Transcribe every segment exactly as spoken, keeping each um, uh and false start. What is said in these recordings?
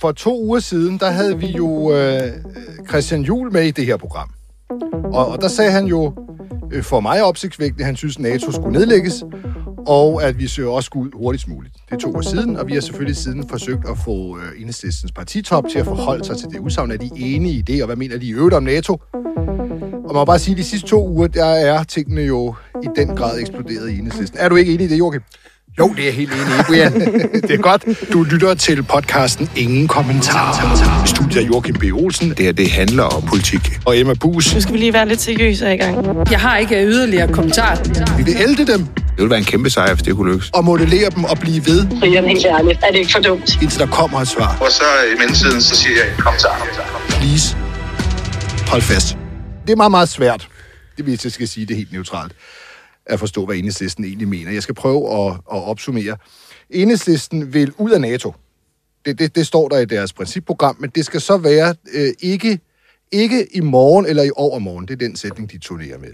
For to uger siden, der havde vi jo øh, Christian Juhl med i det her program. Og, og der sagde han jo, øh, for mig opsigtsvækkende, at han synes, at NATO skulle nedlægges, og at vi så også skulle ud hurtigst muligt. Det er to år siden, og vi har selvfølgelig siden forsøgt at få øh, Enhedslistens partitop til at forholde sig til det udsagn. Er de enige i det, og hvad mener de i øvrigt om NATO? Og man må bare sige, at de sidste to uger, der er tingene jo i den grad eksploderet i Enhedslisten. Er du ikke enig i det, Joachim? Jo, det er helt enig i, Brian. Det er godt. Du lytter til podcasten Ingen Kommentarer. Studiet Joachim B. Olsen. Det her, det handler om politik. Og Emma Buus. Nu skal vi lige være lidt seriøse i gang. Jeg har ikke yderligere kommentarer. Vi vil ælde dem. Det ville være en kæmpe sejr, hvis det kunne lykkes. Og modellere dem og blive ved. Brian, helt ærligt. Er det ikke for dumt? Indtil der kommer et svar. Og så i mellemtiden, så siger jeg kommentarer. Please. Hold fast. Det er meget, meget svært. Det vil jeg skal sige det helt neutralt. At forstå, hvad Enhedslisten egentlig mener. Jeg skal prøve at, at opsummere. Enhedslisten vil ud af NATO. Det, det, det står der i deres principprogram, men det skal så være øh, ikke, ikke i morgen eller i overmorgen. Det er den sætning, de turnerer med.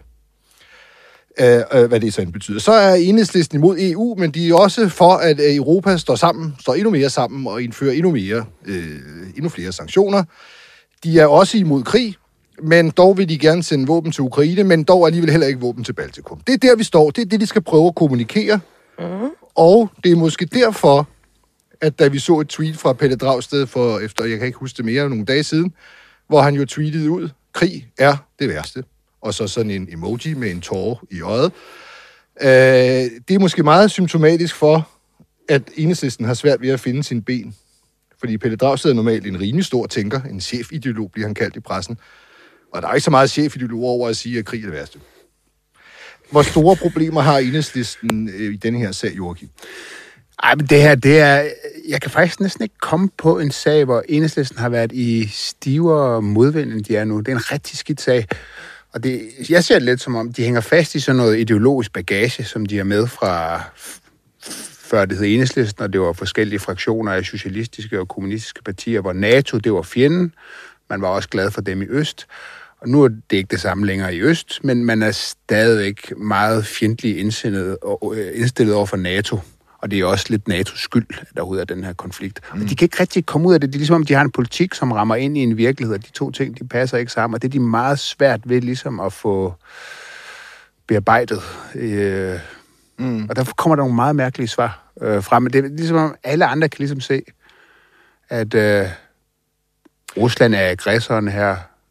Øh, øh, hvad det så end betyder. Så er Enhedslisten imod E U, men de er også for, at Europa står sammen, står endnu mere sammen og indfører endnu, mere, øh, endnu flere sanktioner. De er også imod krig, men dog vil de gerne sende våben til Ukraine, men dog alligevel heller ikke våben til Baltikum. Det er der, vi står. Det er det, de skal prøve at kommunikere. Mm. Og det er måske derfor, at da vi så et tweet fra Pelle Dragsted for efter, jeg kan ikke huske det mere, nogle dage siden, hvor han jo tweetede ud, krig er det værste. Og så sådan en emoji med en tåre i øjet. Øh, det er måske meget symptomatisk for, at Enhedslisten har svært ved at finde sine ben. Fordi Pelle Dragsted er normalt en rimelig stor tænker, en chefideolog bliver han kaldt i pressen. Og der er ikke så meget chefideolog over at sige, at krig er det værste. Hvor store problemer har Enhedslisten øh, i denne her sag, Joachim? Ej, men det her, det er... Jeg kan faktisk næsten ikke komme på en sag, hvor Enhedslisten har været i stivere modvind, end de er nu. Det er en rigtig skidt sag. Og det, jeg ser det lidt som om, de hænger fast i sådan noget ideologisk bagage, som de har med fra før det hed Enhedslisten, og det var forskellige fraktioner af socialistiske og kommunistiske partier, hvor NATO, det var fjenden. Man var også glad for dem i øst. Og nu er det ikke det samme længere i øst, men man er stadigvæk meget fjendtlig indstillet, indstillet over for NATO. Og det er også lidt N A T O's skyld, at der ud af den her konflikt. Mm. Og de kan ikke rigtig komme ud af det. Det er ligesom, om de har en politik, som rammer ind i en virkelighed, og de to ting, de passer ikke sammen. Og det er de meget svært ved ligesom at få bearbejdet. Øh, mm. Og derfor kommer der nogle meget mærkelige svar øh, frem. Men det er ligesom, om alle andre kan ligesom se, at øh, Rusland er aggressoren her.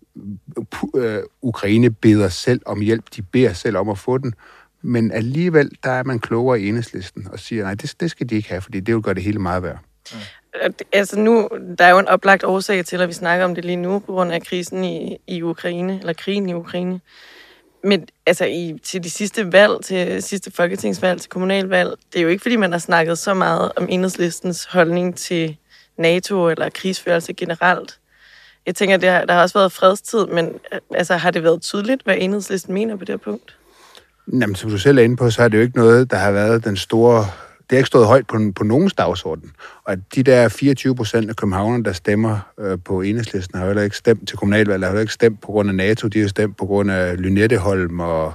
Øh, Ukraine beder selv om hjælp. De beder selv om at få den. Men alligevel, der er man klogere i Enhedslisten og siger, nej, det, det skal de ikke have, fordi det vil gøre det hele meget værre. Mm. Altså nu, der er jo en oplagt årsag til, at vi snakker om det lige nu, på grund af krisen i, i Ukraine, eller krigen i Ukraine. Men altså i, til de sidste valg, til sidste folketingsvalg, til kommunalvalg, det er jo ikke, fordi man har snakket så meget om Enhedslistens holdning til NATO eller krigsførelse generelt. Jeg tænker, der, der har også været fredstid, men altså, har det været tydeligt, hvad Enhedslisten mener på det her punkt? Jamen, som du selv er inde på, så er det jo ikke noget, der har været den store... Det har ikke stået højt på, på nogens dagsorden. Og at de der fireogtyve procent af københavnerne, der stemmer øh, på Enhedslisten, har heller ikke stemt til kommunalvalg, har heller ikke stemt på grund af NATO, de har stemt på grund af Lynetteholm og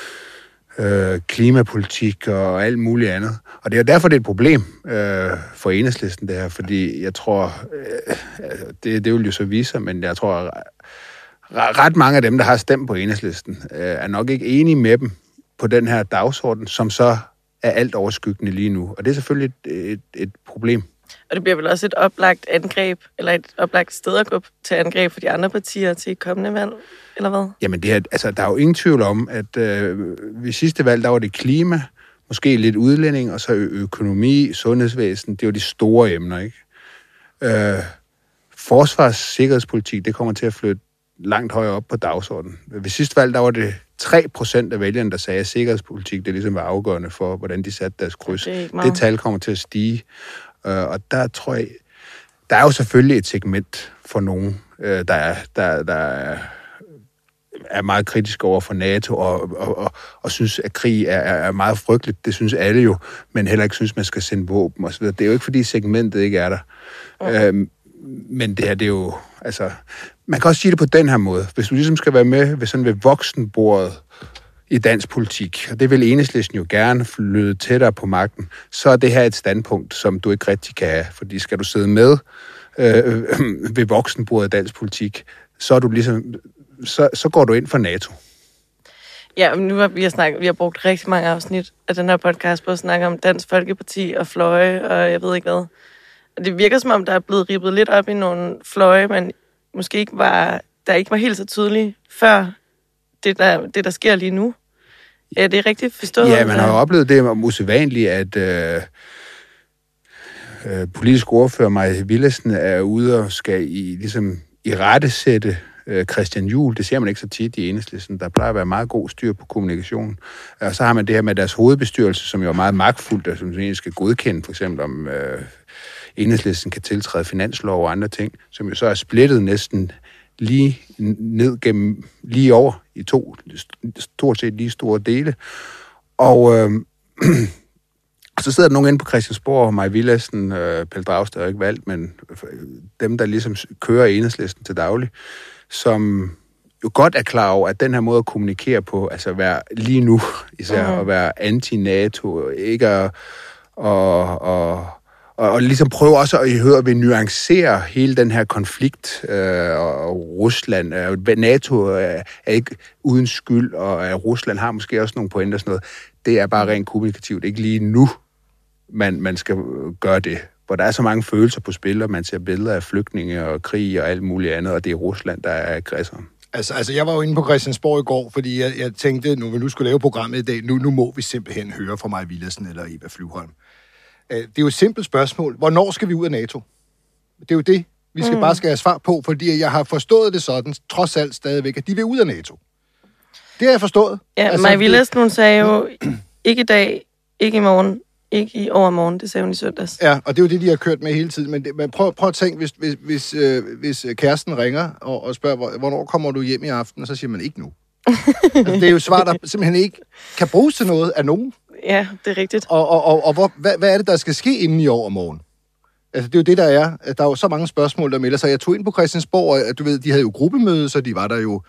øh, klimapolitik og alt muligt andet. Og det er derfor, det er et problem øh, for Enhedslisten, det her, fordi jeg tror, øh, det, det vil jo så vise sig, men jeg tror, ret mange af dem, der har stemt på Enhedslisten, øh, er nok ikke enige med dem på den her dagsorden, som så er alt overskyggende lige nu. Og det er selvfølgelig et, et, et problem. Og det bliver vel også et oplagt angreb, eller et oplagt sted at gå til angreb for de andre partier til kommende valg, eller hvad? Jamen, det er, altså, der er jo ingen tvivl om, at øh, ved sidste valg, der var det klima, måske lidt udlænding, og så økonomi, sundhedsvæsen, det var de store emner, ikke? Øh, forsvars- sikkerhedspolitik, det kommer til at flytte langt højere op på dagsordenen. Ved sidste valg, der var det tre procent af vælgerne, der sagde, at sikkerhedspolitik, det ligesom var afgørende for, hvordan de satte deres kryds. Det, det tal kommer til at stige. Og der tror jeg, der er jo selvfølgelig et segment for nogen, der er, der, der er meget kritisk over for NATO, og, og, og, og synes, at krig er, er meget frygteligt. Det synes alle jo, men heller ikke synes, man skal sende våben osv. Det er jo ikke, fordi segmentet ikke er der. Okay. Øhm, men det her, det er jo... Altså, man kan også sige det på den her måde. Hvis du ligesom skal være med ved, sådan ved voksenbordet i dansk politik, og det vil Enhedslisten jo gerne flytte tættere på magten, så er det her et standpunkt, som du ikke rigtig kan have. Fordi skal du sidde med øh, ved voksenbordet af dansk politik, så er du ligesom, så, så går du ind for NATO. Ja, men nu har vi, har snakket, vi har brugt rigtig mange afsnit af den her podcast på at snakke om Dansk Folkeparti og fløje, og jeg ved ikke hvad. Og det virker som om, der er blevet ribbet lidt op i nogle fløje, men måske ikke var, der ikke var helt så tydelige før det, der, det, der sker lige nu. Er det rigtigt forstået? Ja, man har jo oplevet det om usædvanligt, at øh, øh, politisk ordfører Mai Villadsen er ude og skal i, ligesom, i rettesætte øh, Christian Juhl. Det ser man ikke så tit i Enhedslisten. Der plejer at være meget god styr på kommunikationen. Og så har man det her med deres hovedbestyrelse, som jo er meget magtfuldt, og som egentlig skal godkende, for eksempel om øh, Enhedslisten kan tiltræde finanslov og andre ting, som jo så er splittet næsten lige ned gennem, lige over i to stort set lige store dele. Og øh, så sidder der nogen inde på Christiansborg, Mai Villadsen, øh, Pelle Dragsted er ikke valgt, men dem, der ligesom kører Enhedslisten til daglig, som jo godt er klar over, at den her måde at kommunikere på, altså at være lige nu, især mm. at være anti-NATO, ikke at og, og Og, og ligesom prøve også at høre, at nuancere hele den her konflikt, øh, og Rusland. Øh, NATO er, er ikke uden skyld, og øh, Rusland har måske også nogle pointer og sådan noget. Det er bare rent kommunikativt. Ikke lige nu, man, man skal gøre det. Hvor der er så mange følelser på spil, og man ser billeder af flygtninge og krig og alt muligt andet, og det er Rusland, der er aggressoren. Altså, altså, jeg var jo inde på Christiansborg i går, fordi jeg, jeg tænkte, nu vi nu skulle lave programmet i dag, nu, nu må vi simpelthen høre fra Mai Villadsen eller Eva Flyvholm. Det er jo et simpelt spørgsmål. Hvornår skal vi ud af NATO? Det er jo det, vi skal mm. bare skal have svar på, fordi jeg har forstået det sådan, trods alt stadigvæk, at de vil ud af NATO. Det har jeg forstået. Ja, altså, Mai Villadsen, hun sagde jo, ikke i dag, ikke i morgen, ikke i overmorgen, det sagde hun i søndags. Ja, og det er jo det, de har kørt med hele tiden. Men, det, men prøv, prøv at tænke, hvis, hvis, hvis, øh, hvis kæresten ringer og, og spørger, hvornår kommer du hjem i aften, og så siger man ikke nu. Altså, det er jo svar, der simpelthen ikke kan bruges til noget af nogen. Ja, det er rigtigt. Og, og, og, og hvor, hvad, hvad er det, der skal ske inden i overmorgen? Altså, det er jo det, der er. Der er jo så mange spørgsmål, der melder sig. Jeg tog ind på Christiansborg, og du ved, de havde jo gruppemøde, så de var der jo...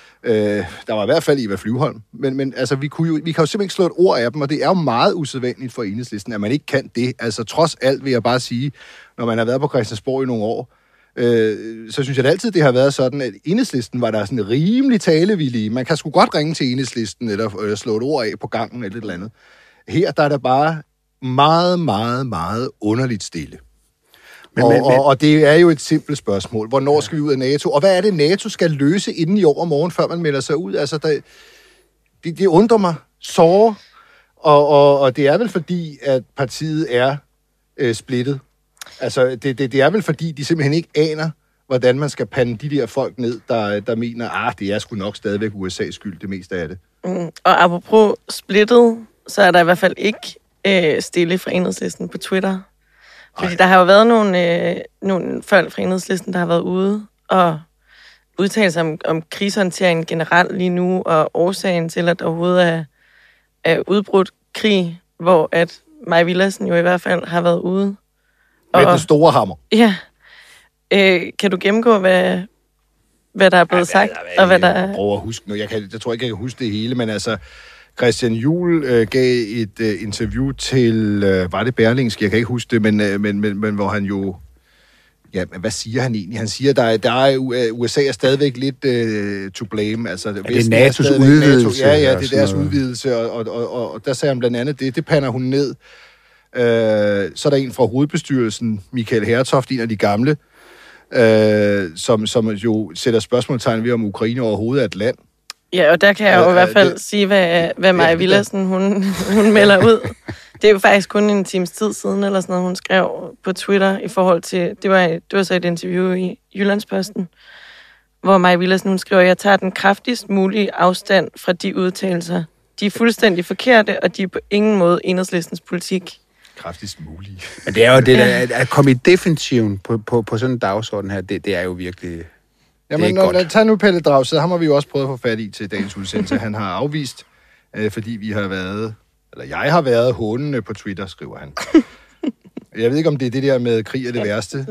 Øh, der var i hvert fald Eva Flyvholm. Men, men altså, vi, kunne jo, vi kan jo simpelthen ikke slå et ord af dem, og det er jo meget usædvanligt for Enhedslisten, at man ikke kan det. Altså, trods alt vil jeg bare sige, når man har været på Christiansborg i nogle år, øh, så synes jeg at altid, det har været sådan, at Enhedslisten var der sådan rimelig talevillige. Man kan sgu godt ringe til Enhedslisten, eller øh, slå et ord af på gangen, eller et eller andet. Her der er der bare meget, meget, meget underligt stille. Men, og, men, men, og, og det er jo et simpelt spørgsmål. Hvornår skal vi ud af NATO? Og hvad er det, NATO skal løse inden i overmorgen, før man melder sig ud? Altså, der, det, det undrer mig såre, og, og, og det er vel fordi, at partiet er øh, splittet. Altså, det, det, det er vel fordi, de simpelthen ikke aner, hvordan man skal pande de der folk ned, der, der mener, ah, det er sgu nok stadigvæk U S A's skyld, det meste af det. Mm, og apropos splittet, så er der i hvert fald ikke øh, stille fra Enhedslisten på Twitter. Fordi Ej. der har jo været nogle, øh, nogle folk fra Enhedslisten, der har været ude og udtale sig om, om krisehåndteringen generelt lige nu, og årsagen til, at der overhovedet er, er udbrudt krig, hvor at Mai Villadsen jo i hvert fald har været ude. Med den store hammer. Ja. Øh, kan du gennemgå, hvad, hvad der er blevet ja, sagt, hvad, og hvad der er... Jeg prøver at huske nu. Jeg, kan, jeg tror ikke, jeg kan huske det hele, men altså... Christian Juhl øh, gav et øh, interview til, øh, var det Berlingske, jeg kan ikke huske det, men, øh, men, men, men hvor han jo, ja, men hvad siger han egentlig? Han siger, der er, der er U S A er stadigvæk lidt øh, to blame. Altså, er det er NATO's udvidelse? NATO, ja, ja, det er deres udvidelse, og, og, og, og, og der sagde han blandt andet det, det pander hun ned. Øh, så er der en fra hovedbestyrelsen, Michael Hertoft, en af de gamle, øh, som, som jo sætter spørgsmålstegn ved, om Ukraine overhovedet er et land. Ja, og der kan jeg jo uh, i hvert fald det, sige, hvad, hvad Mai Villadsen, hun, hun melder ud. Det er jo faktisk kun en times tid siden, eller sådan noget, hun skrev på Twitter i forhold til... Det var, det var så et interview i Jyllandsposten, hvor Mai Villadsen, hun skriver, jeg tager den kraftigst mulige afstand fra de udtalelser. De er fuldstændig forkerte, og de er på ingen måde Enhedslistens politik. Kraftigst mulige. Men det er jo det, der, at, at komme i defensiven på, på, på sådan en dagsorden her, det, det er jo virkelig... Jamen, når, når, tag nu Pelle Dragsted, ham har vi jo også prøvet at få fat i til dagens udsendelse. Han har afvist, øh, fordi vi har været, eller jeg har været hånende på Twitter, skriver han. Jeg ved ikke, om det er det der med krig er det værste.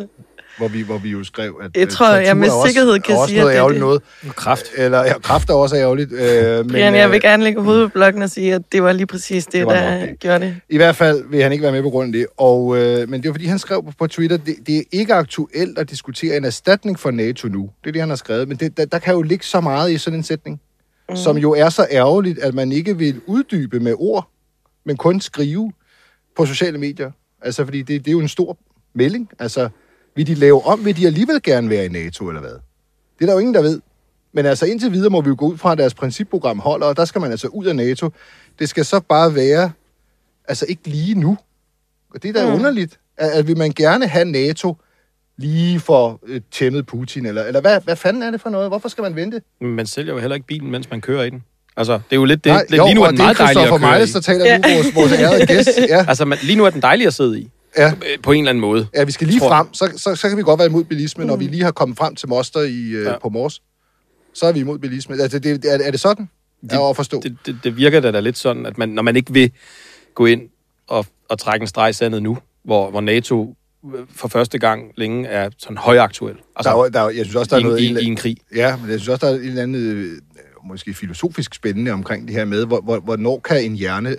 hvor vi, hvor vi jo skrev, at jeg tror, jeg med sikkerhed kan sige, at det er noget. Kraft. Eller ja, kraft er også ærgerligt. Øh, men, Brian, jeg vil gerne lægge hovedet på blokken og sige, at det var lige præcis det, det der det. gjorde det. I hvert fald vil han ikke være med på grund af det. Og, øh, men det var fordi, han skrev på, på Twitter, det, det er ikke aktuelt at diskutere en erstatning for NATO nu. Det er det, han har skrevet. Men det, der, der kan jo ligge så meget i sådan en sætning, mm. som jo er så ærgerligt, at man ikke vil uddybe med ord, men kun skrive på sociale medier. Altså, fordi det, det er jo en stor melding. Altså, vil de lave om, vil de alligevel gerne være i NATO, eller hvad? Det er der jo ingen, der ved. Men altså, indtil videre må vi jo gå ud fra, at deres principprogram holder, og der skal man altså ud af NATO. Det skal så bare være, altså ikke lige nu. Og det er da mm. underligt, at, at vil man gerne have NATO lige for øh, tæmmet Putin, eller, eller hvad, hvad fanden er det for noget? Hvorfor skal man vente? Man sælger jo heller ikke bilen, mens man kører i den. Altså, det er jo lidt det. Nej, lidt jo, lige nu er den meget dejlig at køre Miles, der taler ja. nu vores, vores ærede gæst. Ja. Altså, man, lige nu er den dejlig at sidde i. Ja. På en eller anden måde. Ja, vi skal lige frem. Så, så, så kan vi godt være imod bilisme, mm. når vi lige har kommet frem til Moster i, øh, ja. på Mors. Så er vi imod bilisme. Altså, det, er, er det sådan? Det, jeg forstå. Det, det, det virker da, da lidt sådan, at man, når man ikke vil gå ind og, og trække en streg i sandet nu, hvor, hvor NATO for første gang længe er sådan højaktuel. Altså, der, der, jeg synes også, der er i, noget... I, i en krig. Ja, men jeg synes også, der er et eller andet måske filosofisk spændende omkring det her med, hvor, hvor, hvornår kan en hjerne...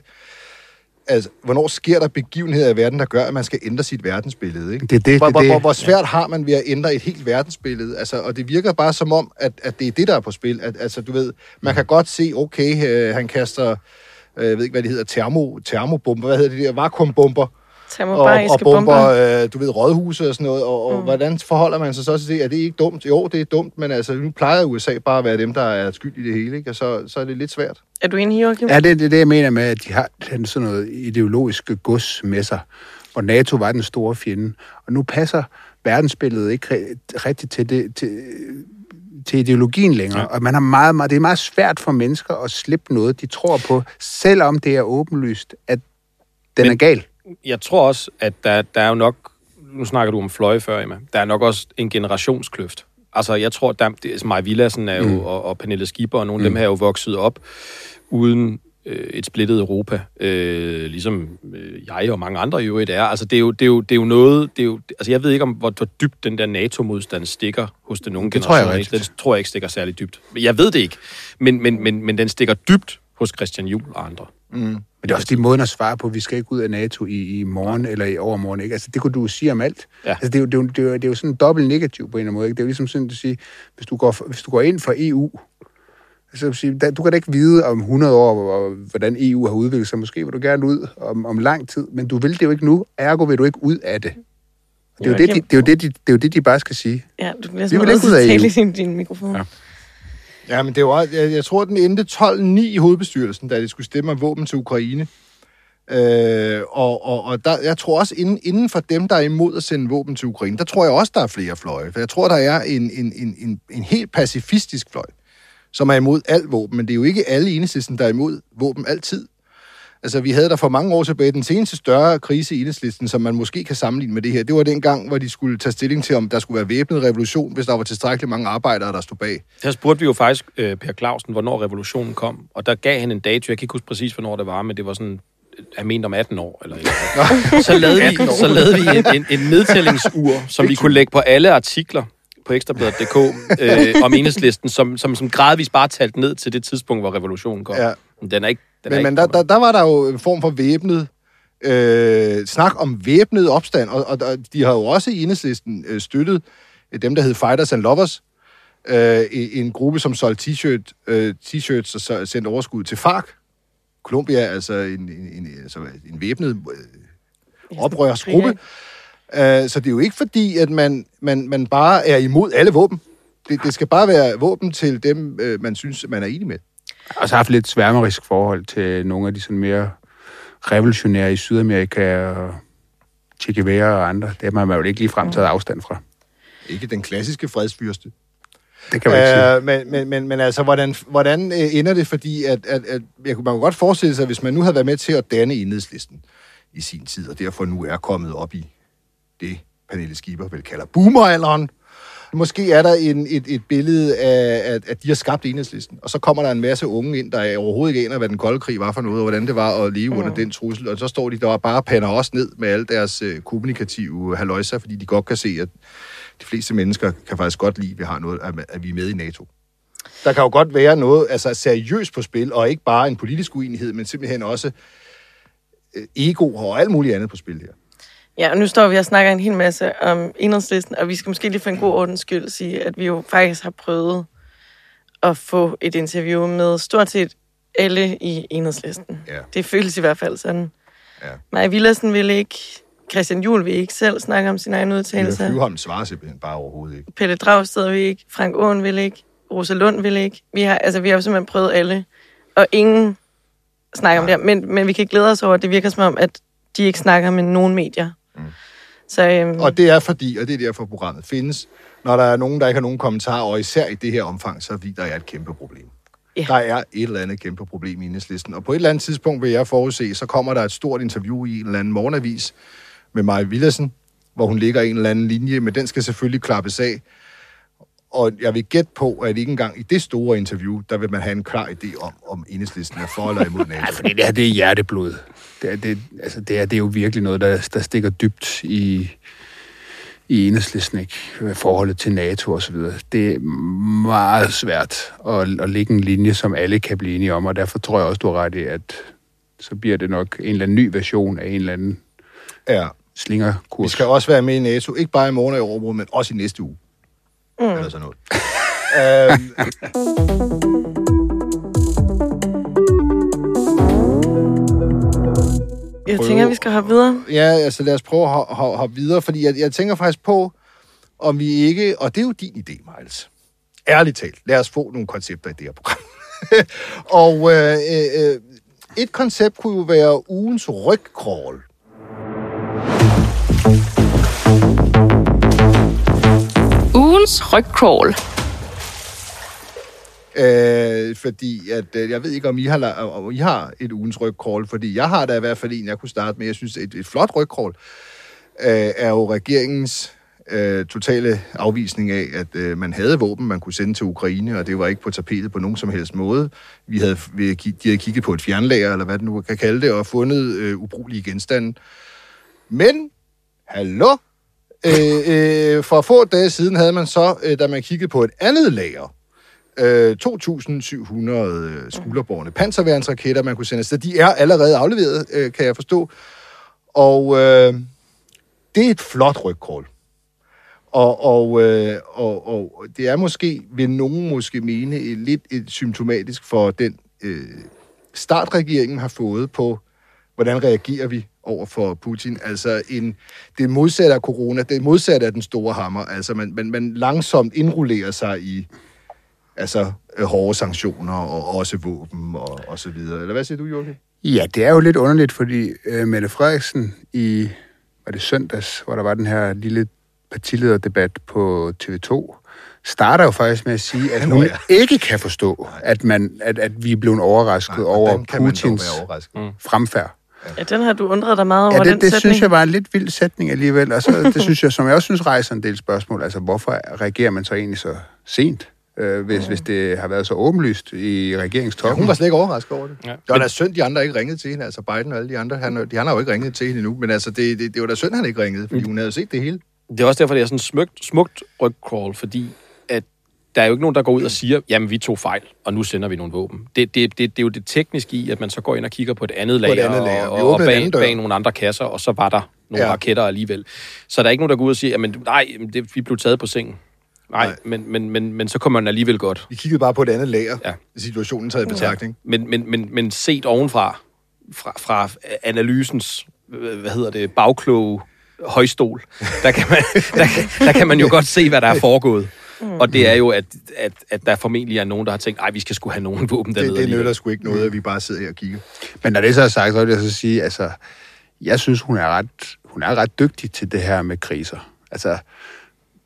Altså, hvornår sker der begivenheder i verden, der gør, at man skal ændre sit verdensbillede, ikke? Det, det, hvor, det, det. Hvor, hvor svært ja. har man ved at ændre et helt verdensbillede? Altså, og det virker bare som om, at, at det er det, der er på spil. At, altså, du ved, man kan godt se, okay, øh, han kaster, øh, jeg ved ikke, hvad det hedder, termo, termobomber, hvad hedder det der, vakuumbomber, og, og bomber, øh, du ved, rådhuse og sådan noget, og, og mm. hvordan forholder man sig så til det? Er det ikke dumt? Jo, det er dumt, men altså, nu plejer U S A bare at være dem, der er skyld i det hele, ikke? Og så, så er det lidt svært. Er du enig, Joachim? Ja, det er det, det, jeg mener med, at de har sådan noget ideologisk gods med sig, og NATO var den store fjende. Og nu passer verdensbilledet ikke rigtigt til, det, til, til ideologien længere. Ja. Og man har meget, meget, det er meget svært for mennesker at slippe noget, de tror på, selvom det er åbenlyst, at den Men, er gal. Jeg tror også, at der, der er jo nok, nu snakker du om fløje før, Emma, der er nok også en generationskløft. Altså, jeg tror, der, det, Maja Villadsen er jo, mm. og, og Pernille Skipper, og nogle af mm. dem her er jo vokset op uden øh, et splittet Europa, øh, ligesom øh, jeg og mange andre i øvrigt er. Altså, det er jo, det er jo, det er jo noget, det er jo, altså, jeg ved ikke, om hvor, hvor dybt den der NATO-modstand stikker hos den unge det generation. Tror jeg, den tror jeg ikke stikker særlig dybt. Jeg ved det ikke, men, men, men, men den stikker dybt hos Christian Juhl og andre. Mm. Men det er også de måder at svare på, at vi skal ikke ud af NATO i, i morgen eller i overmorgen, ikke? Altså, det kunne du sige om alt. Ja. Altså, det er jo, det er jo, det er jo, det er jo sådan en dobbelt negativ på en eller anden måde, ikke? Det er jo ligesom sådan at sige, hvis du går, hvis du går ind for E U, altså, du kan da ikke vide om hundrede år, hvordan E U har udviklet sig. Måske vil du gerne ud om, om lang tid, men du vil det jo ikke nu. Ergo vil du ikke ud af det. Det er jo det, de, det, er jo det, de, det, er jo det, de bare skal sige. Ja, du bliver sådan noget at tale i din, din mikrofon. Ja. Ja, men det var, jeg, jeg tror, den endte tolv ni i hovedbestyrelsen, da de skulle stemme om våben til Ukraine. Øh, og og, og der, jeg tror også, inden, inden for dem, der er imod at sende våben til Ukraine, der tror jeg også, der er flere fløje. For jeg tror, der er en, en, en, en, en helt pacifistisk fløj, som er imod alt våben. Men det er jo ikke alle Enhedslisten, der er imod våben altid. Altså, vi havde der for mange år tilbage den seneste større krise i Enhedslisten, som man måske kan sammenligne med det her. Det var den gang, hvor de skulle tage stilling til, om der skulle være væbnet revolution, hvis der var tilstrækkeligt mange arbejdere, der stod bag. Her spurgte vi jo faktisk øh, Per Clausen, hvornår revolutionen kom, og der gav han en dato. Jeg kan ikke huske præcis, hvornår det var, men det var sådan, jeg mente om atten år. Eller så lavede vi, så lavede vi en, en, en nedtællingsur, som vi kunne lægge på alle artikler på ekstrabladet punktum d k øh, om Enhedslisten, som, som, som gradvist bare talte ned til det tidspunkt, hvor revolutionen kom. Ja. Men den er ikke Den men men der, der, der var der jo en form for væbnet, øh, snak om væbnet opstand, og, og, og de har jo også i Enhedslisten øh, støttet dem, der hed Fighters and Lovers, øh, en gruppe, som solgte t-shirt, øh, t-shirts og så sendte overskud til FARC. Colombia, altså en, en, en, altså en væbnet øh, oprørsgruppe. Øh, så det er jo ikke fordi, at man, man, man bare er imod alle våben. Det, det skal bare være våben til dem, øh, man synes, man er enig med. Og så har haft lidt sværmerisk forhold til nogle af de sådan mere revolutionære i Sydamerika og Che Guevara og andre. Det har man jo ikke lige frem taget afstand fra. Ikke den klassiske fredsfyrste. Det kan man ikke sige. Uh, men, men, men, men altså, hvordan, hvordan ender det? Fordi at, at, at jeg kunne man kunne godt forestille sig, hvis man nu havde været med til at danne Enhedslisten i sin tid, og derfor nu er kommet op i det, Pernille Skipper vel kalder boomeralderen, Måske er der en, et, et billede af, at, at de har skabt Enhedslisten, og så kommer der en masse unge ind, der overhovedet ikke aner, hvad den kolde krig var for noget, og hvordan det var at leve mm. under den trussel, og så står de der og bare pander os ned med alle deres øh, kommunikative halløjser, fordi de godt kan se, at de fleste mennesker kan faktisk godt lide, at vi har noget, at vi er med i NATO. Der kan jo godt være noget altså seriøst på spil, og ikke bare en politisk uenighed, men simpelthen også øh, ego og alt muligt andet på spil her. Ja, og nu står vi og snakker en hel masse om Enhedslisten, og vi skal måske lige for en god ordens skyld sige, at vi jo faktisk har prøvet at få et interview med stort set alle i Enhedslisten. Ja. Det føles i hvert fald sådan. Ja. Maja Villadsen vil ikke, Christian Juhl vil ikke selv snakke om sin egen udtalelse. Flyvholm svarer simpelthen bare overhovedet ikke. Pelle Dragsted vil ikke, Frank Aaen vil ikke, Rosa Lund vil ikke. Vi har, altså, vi har jo simpelthen prøvet alle, og ingen snakker om det her. Men, men vi kan glæde os over, at det virker som om, at de ikke snakker med nogen medier. Mm. Så, øhm... Og det er fordi, og det er derfor programmet findes, når der er nogen, der ikke har nogen kommentarer, og især i det her omfang, så er fordi, der er et kæmpe problem. Yeah. Der er et eller andet kæmpe problem i Enhedslisten. Og på et eller andet tidspunkt vil jeg forudse, så kommer der et stort interview i en eller anden morgenavis med Maja Villadsen, hvor hun ligger i en eller anden linje, men den skal selvfølgelig klappes af. Og jeg vil gætte på, at ikke engang i det store interview, der vil man have en klar idé om, om Enhedslisten er for eller imod NATO. Ja, fordi det her, det er hjerteblod. Det er, det, altså, det er, det er jo virkelig noget, der, der stikker dybt i, i Enhedslisten, ikke? Forholdet til NATO og så videre. Det er meget svært at, at lægge en linje, som alle kan blive enige om, og derfor tror jeg også, du har ret i, at så bliver det nok en eller anden ny version af en eller anden ja. slingerkurs. Vi skal også være med i NATO, ikke bare i morgen og i overmorgen, men også i næste uge. Mm. Eller sådan noget. øhm. Jeg tænker, vi skal hoppe videre. Ja, altså lad os prøve at hoppe, hoppe videre, fordi jeg, jeg tænker faktisk på, om vi ikke, og det er jo din idé, Miles. Ærligt talt, lad os få nogle koncepter i det her program. og øh, øh, et koncept kunne jo være ugens rygcrawl. Ugens rygcrawl. Øh, fordi at, øh, jeg ved ikke, om I har, om I har et ugens rygcrawl, fordi jeg har da i hvert fald en, jeg kunne starte med. Jeg synes, et, et flot rygcrawl øh, er jo regeringens øh, totale afvisning af, at øh, man havde våben, man kunne sende til Ukraine, og det var ikke på tapetet på nogen som helst måde. Vi havde, vi, de havde kigget på et fjernlager, eller hvad det nu kan kalde det, og fundet øh, ubrugelige genstande. Men, hallo? Øh, øh, for få dage siden havde man så, øh, da man kiggede på et andet lager, øh, to tusind syv hundrede skulderbårne panserværnsraketter, man kunne sende afsted. De er allerede afleveret, øh, kan jeg forstå. Og øh, det er et flot rygcrawl. Og, og, øh, og, og det er måske, vil nogen måske mene, et, lidt et symptomatisk for den øh, start, regeringen har fået på, hvordan reagerer vi over for Putin. Altså en, det modsatte af corona, det modsatte af den store hammer. Altså man, man, man langsomt indrullerer sig i altså øh, hårde sanktioner og også våben og, og så videre. Eller hvad siger du, Joachim? Ja, det er jo lidt underligt, fordi øh, Mette Frederiksen i, var det søndags, hvor der var den her lille partilederdebat på T V to, starter jo faktisk med at sige, at hun ikke kan forstå, at, man, at, at vi er blevet overrasket Nej, over Putins fremfærd. Ja, den har du undret dig meget over, ja, det, den det sætning. synes jeg var en lidt vild sætning alligevel. Altså, det synes jeg, som jeg også synes, rejser en del spørgsmål. Altså, hvorfor reagerer man så egentlig så sent, øh, hvis, mm. hvis det har været så åbenlyst i regeringstoppen? Ja, hun var slet ikke overrasket over det. Ja. Det var da synd, de andre ikke ringede til hende. Altså Biden og alle de andre, han, de han har jo ikke ringet til hende endnu. Men altså, det, det, det var da synd, han ikke ringede, fordi hun havde set det hele. Det er også derfor, det er sådan smukt, smukt rygcrawl, fordi at der er jo ikke nogen, der går ud og siger, jamen vi tog fejl, og nu sender vi nogle våben. Det, det, det, det er jo det tekniske i, at man så går ind og kigger på et andet lager, et andet lager. og, og bag, bag nogle andre kasser, og så var der nogle ja. raketter alligevel. Så der er ikke nogen, der går ud og siger, jamen nej, det, vi blev taget på sengen. Nej, nej. Men, men, men, men så kommer man alligevel godt. Vi kiggede bare på et andet lager, ja. situationen taget i betragtning. Ja. Men, men, men, men set ovenfra, fra, fra analysens, hvad hedder det, bagkloge højstol, der kan man, der, der kan man jo godt se, hvad der er foregået. Mm. Og det er jo, at, at, at der formentlig er nogen, der har tænkt, ej, vi skal sgu have nogen våben dernede. Det, det nytter sgu ikke noget, at vi bare sidder her og kigger. Men når det så er sagt, så vil jeg så sige, altså, jeg synes, hun er ret, hun er ret dygtig til det her med kriser. Altså,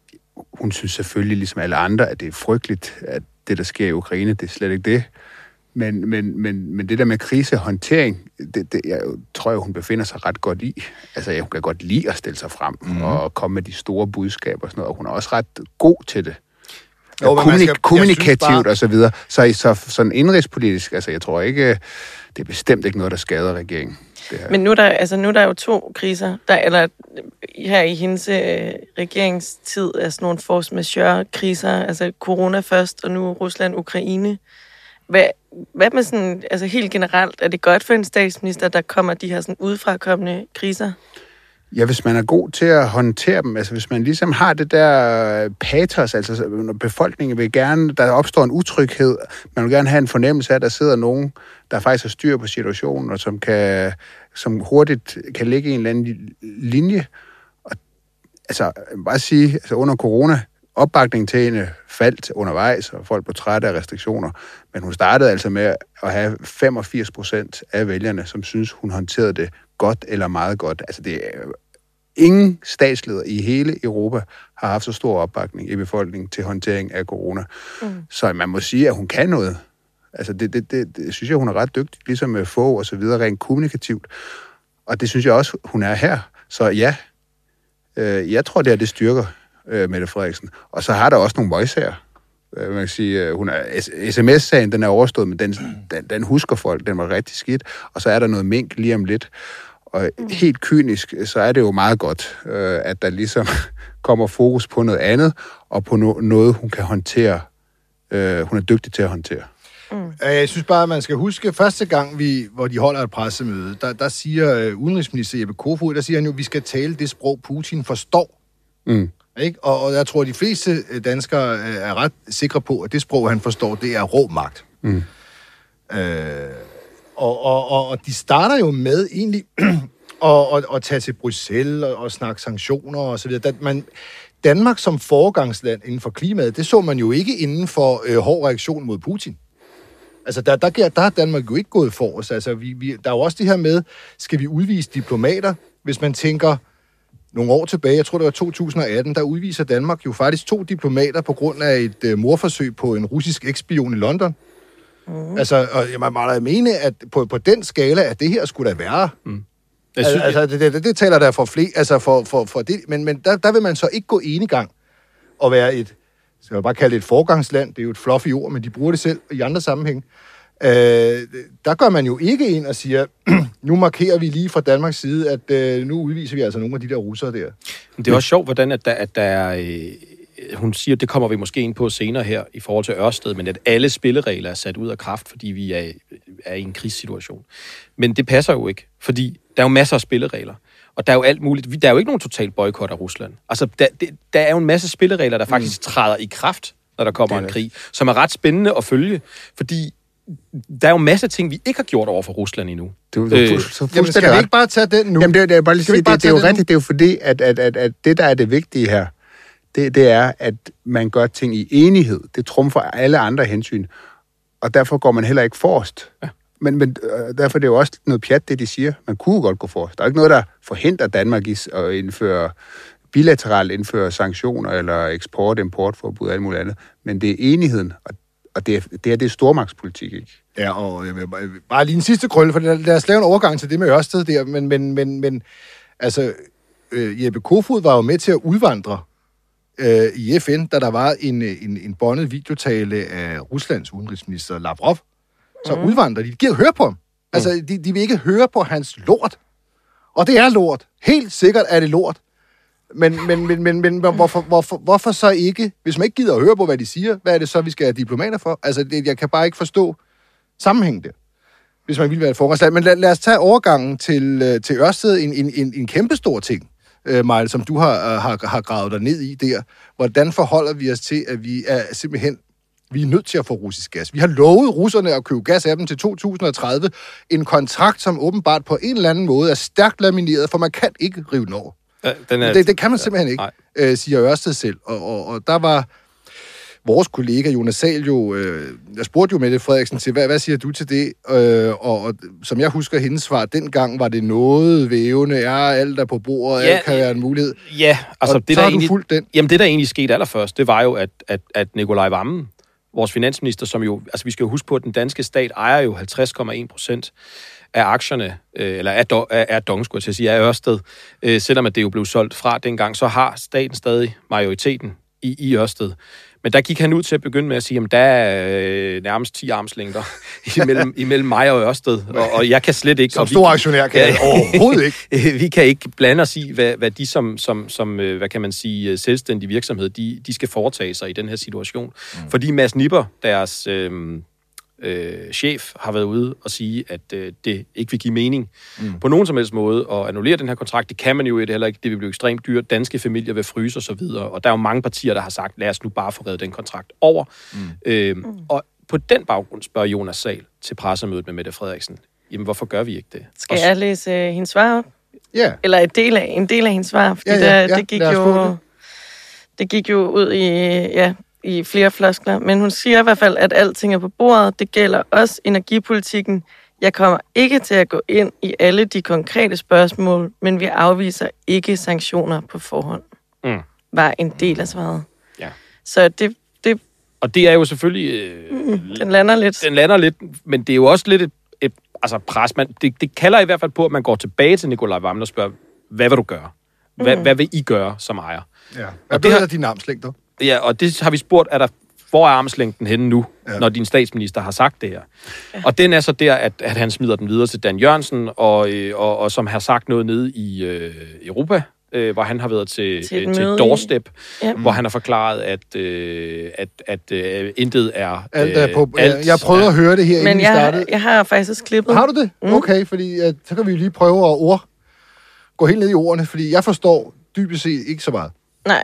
hun synes selvfølgelig, ligesom alle andre, at det er frygteligt, at det, der sker i Ukraine, det er slet ikke det. Men, men, men, men det der med krisehåndtering, det, det, jeg tror jeg, hun befinder sig ret godt i. Altså, hun kan godt lide at stille sig frem mm. og komme med de store budskaber og sådan noget, og hun er også ret god til det. Jo, Kommunik- skal, kommunikativt bare... og så videre. Så, så sådan indrigspolitisk, altså jeg tror ikke, det er bestemt ikke noget, der skader regeringen. Men nu er, der, altså, nu er der jo to kriser, der, eller her i hendes øh, regeringstid er sådan nogle force majeure-kriser, altså corona først, og nu Rusland-Ukraine. Hvad, hvad med sådan, altså helt generelt, er det godt for en statsminister, der kommer de her sådan udefrakommende kriser? Ja, hvis man er god til at håndtere dem, altså hvis man ligesom har det der patos, altså når befolkningen vil gerne, der opstår en utryghed, man vil gerne have en fornemmelse af, at der sidder nogen, der faktisk har styr på situationen, og som, kan, som hurtigt kan lægge en eller anden linje. Og, altså, bare sige, altså under corona, opbakningen til hende faldt undervejs, og folk blev trætte af restriktioner, men hun startede altså med at have femogfirs procent af vælgerne, som synes, hun håndterede det godt eller meget godt. Altså det er ingen statsleder i hele Europa har haft så stor opbakning i befolkningen til håndtering af corona. Mm. Så man må sige, at hun kan noget. Altså det, det, det, det synes jeg, hun er ret dygtig, ligesom med få og så videre, rent kommunikativt. Og det synes jeg også, hun er her. Så ja, øh, jeg tror, det er det styrker øh, Mette Frederiksen. Og så har der også nogle møgsager. Øh, man kan sige, hun er, sms-sagen, den er overstået, men den, den, den husker folk, den var rigtig skidt. Og så er der noget mink lige om lidt. Og helt kynisk, så er det jo meget godt, øh, at der ligesom kommer fokus på noget andet, og på no- noget, hun kan håndtere. Øh, hun er dygtig til at håndtere. Mm. Jeg synes bare, at man skal huske, første gang, vi, hvor de holder et pressemøde, der, der siger uh, udenrigsminister Jeppe Kofod, der siger han jo, at vi skal tale det sprog, Putin forstår. Mm. Ikke? Og, og jeg tror, at de fleste danskere er ret sikre på, at det sprog, han forstår, det er rå magt. Mm. Øh, og, og, og, og de starter jo med egentlig at, at, at tage til Bruxelles og, og snakke sanktioner og så videre. Man, Danmark som foregangsland inden for klimaet, det så man jo ikke inden for øh, hård reaktion mod Putin. Altså, der, der, der har Danmark jo ikke gået for os. Altså, vi, vi, der er jo også det her med, skal vi udvise diplomater? Hvis man tænker nogle år tilbage, jeg tror det var to tusind og atten, der udviser Danmark jo faktisk to diplomater på grund af et øh, mordforsøg på en russisk ekspion i London. Mm. Altså, og jeg må meget mene, at på, på den skala, at det her skulle da være. Mm. Jeg synes, altså, det, det, det taler der for flere, altså for, for, for det, men, men der, der vil man så ikke gå enegang og være et, skal jeg bare kalde det et forgangsland, det er jo et fluffy ord, men de bruger det selv i andre sammenhæng. Øh, der gør man jo ikke ind og siger, nu markerer vi lige fra Danmarks side, at øh, nu udviser vi altså nogle af de der russere der. Det er også sjovt, hvordan at der, at der er, øh, hun siger, det kommer vi måske ind på senere her i forhold til Ørsted, men at alle spilleregler er sat ud af kraft, fordi vi er, er i en krigssituation. Men det passer jo ikke, fordi der er jo masser af spilleregler. Og der er jo alt muligt. Der er jo ikke nogen total boykot af Rusland. Altså, der, det, der er jo en masse spilleregler, der faktisk mm. træder i kraft, når der kommer en krig, som er ret spændende at følge, fordi der er jo masser af ting, vi ikke har gjort over for Rusland endnu. Du, du, øh, så jamen, skal vi ikke bare tage den nu? Jamen, det, det, er bare lige sige, det, det er jo rigtigt, det er jo fordi, at, at, at, at det, der er det vigtige her, det, det er, at man gør ting i enighed. Det trumfer alle andre hensyn. Og derfor går man heller ikke forrest. Ja. Men, men øh, derfor er det jo også noget pjat, det de siger. Man kunne godt gå forrest. Der er ikke noget, der forhindrer Danmark i at indføre bilateralt indføre sanktioner eller eksport- importforbud og alt muligt andet. Men det er enigheden, og, og det, er, det er det er stormagtspolitik, ikke? Ja, og jeg vil bare, bare lige en sidste krølle, for lad os lave en overgang til det med Ørsted der, men, men, men, men altså, øh, Jeppe Kofod var jo med til at udvandre øh, i F N, da der var en, en, en båndet videotale af Ruslands udenrigsminister Lavrov. Så mm. udvandrer de. De gider høre på ham. Altså, mm. de, de vil ikke høre på hans lort. Og det er lort. Helt sikkert er det lort. Men, men, men, men, men hvorfor, hvorfor, hvorfor så ikke, hvis man ikke gider at høre på, hvad de siger, hvad er det så, vi skal have diplomater for? Altså, det, jeg kan bare ikke forstå sammenhængen der, hvis man vil være et forgangsland. Men lad, lad os tage overgangen til, til Ørsted, en, en, en, en kæmpestor ting, uh, Maja, som du har, har, har gravet dig ned i der. Hvordan forholder vi os til, at vi er simpelthen vi er nødt til at få russisk gas. Vi har lovet russerne at købe gas af dem til to tusind og tredive. En kontrakt, som åbenbart på en eller anden måde er stærkt lamineret, for man kan ikke rive den over. Ja, den er... det, det kan man simpelthen ikke, øh, siger Ørsted selv. Og, og, og der var vores kollega Jonas Sahl jo... Øh, jeg spurgte jo Mette Frederiksen til, hvad, hvad siger du til det? Øh, og, og som jeg husker hendes svar, dengang var det noget vævende. Ja, alt er på bordet, ja, alt kan være en mulighed. Ja, altså... Og det så der har egentlig, du fulgt den. Jamen, det der egentlig skete allerførst, det var jo, at, at, at Nikolaj Wammen, vores finansminister, som jo, altså vi skal jo huske på, at den danske stat ejer jo halvtreds komma en procent af aktierne, øh, eller af, af, af Dong, skulle jeg til at sige, af Ørsted, øh, selvom at det jo blev solgt fra dengang, så har staten stadig majoriteten i, i Ørsted. Men der gik han ud til at begynde med at sige, at der er øh, nærmest ti armslængder imellem, imellem mig og Ørsted, og, og jeg kan slet ikke... Som stor aktionær kan jeg overhovedet ikke. Vi kan ikke blande os i, hvad, hvad de som, som, som, hvad kan man sige, selvstændige virksomhed, de, de skal foretage sig i den her situation. Mm. Fordi Mads Nipper, deres øh, øh, chef, har været ude og sige, at øh, det ikke vil give mening mm. på nogen som helst måde at annullere den her kontrakt. Det kan man jo heller ikke. Det vil blive ekstremt dyrt. Danske familier vil fryse og så videre. Og der er jo mange partier, der har sagt, lad os nu bare få reddet den kontrakt over. Mm. Øh, mm. Og på den baggrund spørger Jonas Sahl til pressemødet med Mette Frederiksen, jamen hvorfor gør vi ikke det? Skal Også... jeg læse uh, hendes svar op? Ja. Yeah. Eller et del af, en del af hendes svar? Fordi ja, ja, ja. Der, det, gik jo, det. det gik jo ud i... Ja, i flere floskler, men hun siger i hvert fald, at alting er på bordet. Det gælder også energipolitikken. Jeg kommer ikke til at gå ind i alle de konkrete spørgsmål, men vi afviser ikke sanktioner på forhånd. Mm. Var en del af svaret. Ja. Så det, det... Og det er jo selvfølgelig... Øh, mm, den lander lidt. Den lander lidt, men det er jo også lidt et, et altså pres. Man, det, det kalder i hvert fald på, at man går tilbage til Nicolai Wammen og spørger, hvad vil du gøre? Hvad, mm. hvad vil I gøre som ejer? Ja. Hvad bliver din armslængde? Ja, og det har vi spurgt, er der, hvor er armslængden henne nu, ja. når din statsminister har sagt det her? Ja. Og den er så der, at, at han smider den videre til Dan Jørgensen, og, og, og som har sagt noget nede i øh, Europa, øh, hvor han har været til, til, øh, til doorstep, ja. hvor han har forklaret, at, øh, at, at øh, intet er... Øh, alt er på, alt, jeg prøvede ja. at høre det her, inden Men vi jeg, startede. jeg har faktisk klippet. Har du det? Mm. Okay, fordi uh, så kan vi jo lige prøve at ord, gå helt ned i ordene, fordi jeg forstår dybest set ikke så meget. Nej.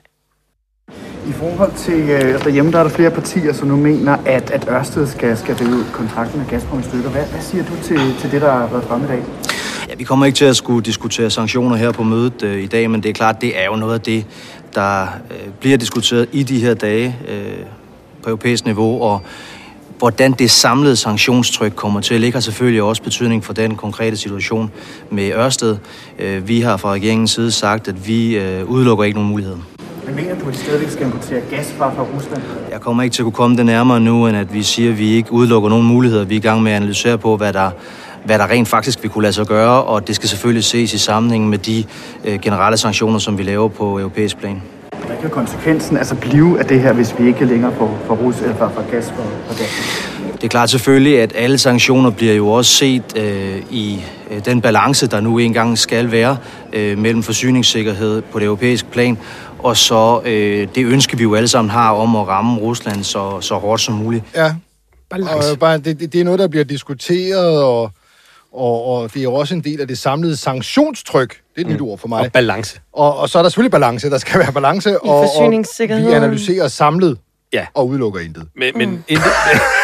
I forhold til øh, derhjemme, der er der flere partier, som nu mener, at, at Ørsted skal, skal rive kontrakten med Gazprom i stykker. Hvad, hvad siger du til, til det, der har været fremme i dag? Ja, vi kommer ikke til at skulle diskutere sanktioner her på mødet øh, i dag, men det er klart, det er jo noget af det, der øh, bliver diskuteret i de her dage øh, på europæisk niveau, og hvordan det samlede sanktionstryk kommer til at ligge, har selvfølgelig også betydning for den konkrete situation med Ørsted. Øh, vi har fra regeringens side sagt, at vi øh, udelukker ikke nogen muligheder. Men mener du, at de stadigvæk skal importere gas fra, fra Rusland? Jeg kommer ikke til at kunne komme det nærmere nu, end at vi siger, at vi ikke udelukker nogen muligheder. Vi er i gang med at analysere på, hvad der, hvad der rent faktisk vil kunne lade sig gøre, og det skal selvfølgelig ses i sammenhæng med de øh, generelle sanktioner, som vi laver på europæisk plan. Hvad kan konsekvensen altså blive af det her, hvis vi ikke længere får fra Rusland eller fra gas fra, fra gas? Det er klart selvfølgelig, at alle sanktioner bliver jo også set øh, i øh, den balance, der nu engang skal være øh, mellem forsyningssikkerhed på det europæiske plan, og så øh, det ønske, vi jo alle sammen har om at ramme Rusland så, så hårdt som muligt. Ja, og bare, det, det er noget, der bliver diskuteret, og, og, og det er jo også en del af det samlede sanktionstryk. Det er et mm. nyt ord for mig. Og balance. Og, og så er der selvfølgelig balance. Der skal være balance, I og, og vi analyserer samlet ja. og udelukker intet. Men, men mm. intet...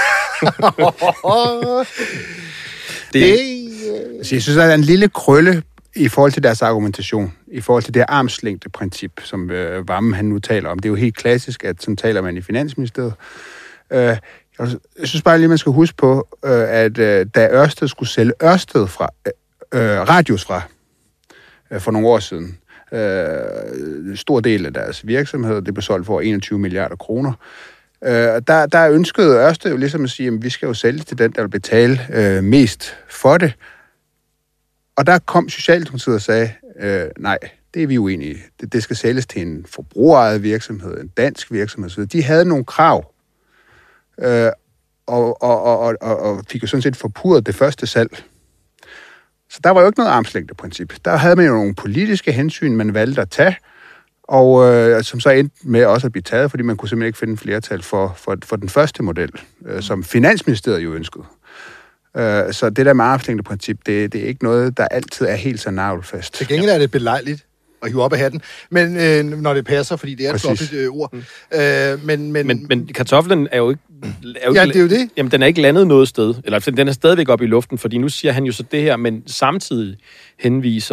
det, altså, jeg synes, der er en lille krølle i forhold til deres argumentation, i forhold til det armslængdeprincip, som øh, Wammen han nu taler om. Det er jo helt klassisk, at sådan taler man i Finansministeriet. Øh, jeg synes bare lige, man skal huske på, øh, at øh, da Ørsted skulle sælge Ørsted fra, øh, Radius fra, øh, for nogle år siden, øh, en stor del af deres virksomhed, det blev solgt for enogtyve milliarder kroner, Øh, der, der ønskede Ørsted jo ligesom at sige, at vi skal jo sælge til den, der vil betale øh, mest for det. Og der kom Socialdemokratiet og sagde, øh, nej, det er vi uenige i. Det, det skal sælges til en forbrugerejet virksomhed, en dansk virksomhed. Så de havde nogle krav, øh, og, og, og, og, og fik jo sådan set forpurret det første salg. Så der var jo ikke noget armslængdeprincip. Der havde man jo nogle politiske hensyn, man valgte at tage, og øh, som så endte med også at blive taget, fordi man kunne simpelthen ikke finde flertal for, for, for den første model, øh, som Finansministeriet jo ønskede. Øh, så det der med armslængdeprincip, det, det er ikke noget, der altid er helt så nagelfast. Til gengæld er det belejligt at hive op af hatten, men øh, når det passer, fordi det er et floppigt øh, ord. Mm. Øh, men, men, men, men kartoflen er jo ikke... Er jo ja, ikke, det er jo det. Jamen, den er ikke landet noget sted. Eller den er stadigvæk oppe i luften, fordi nu siger han jo så det her, men samtidig henviser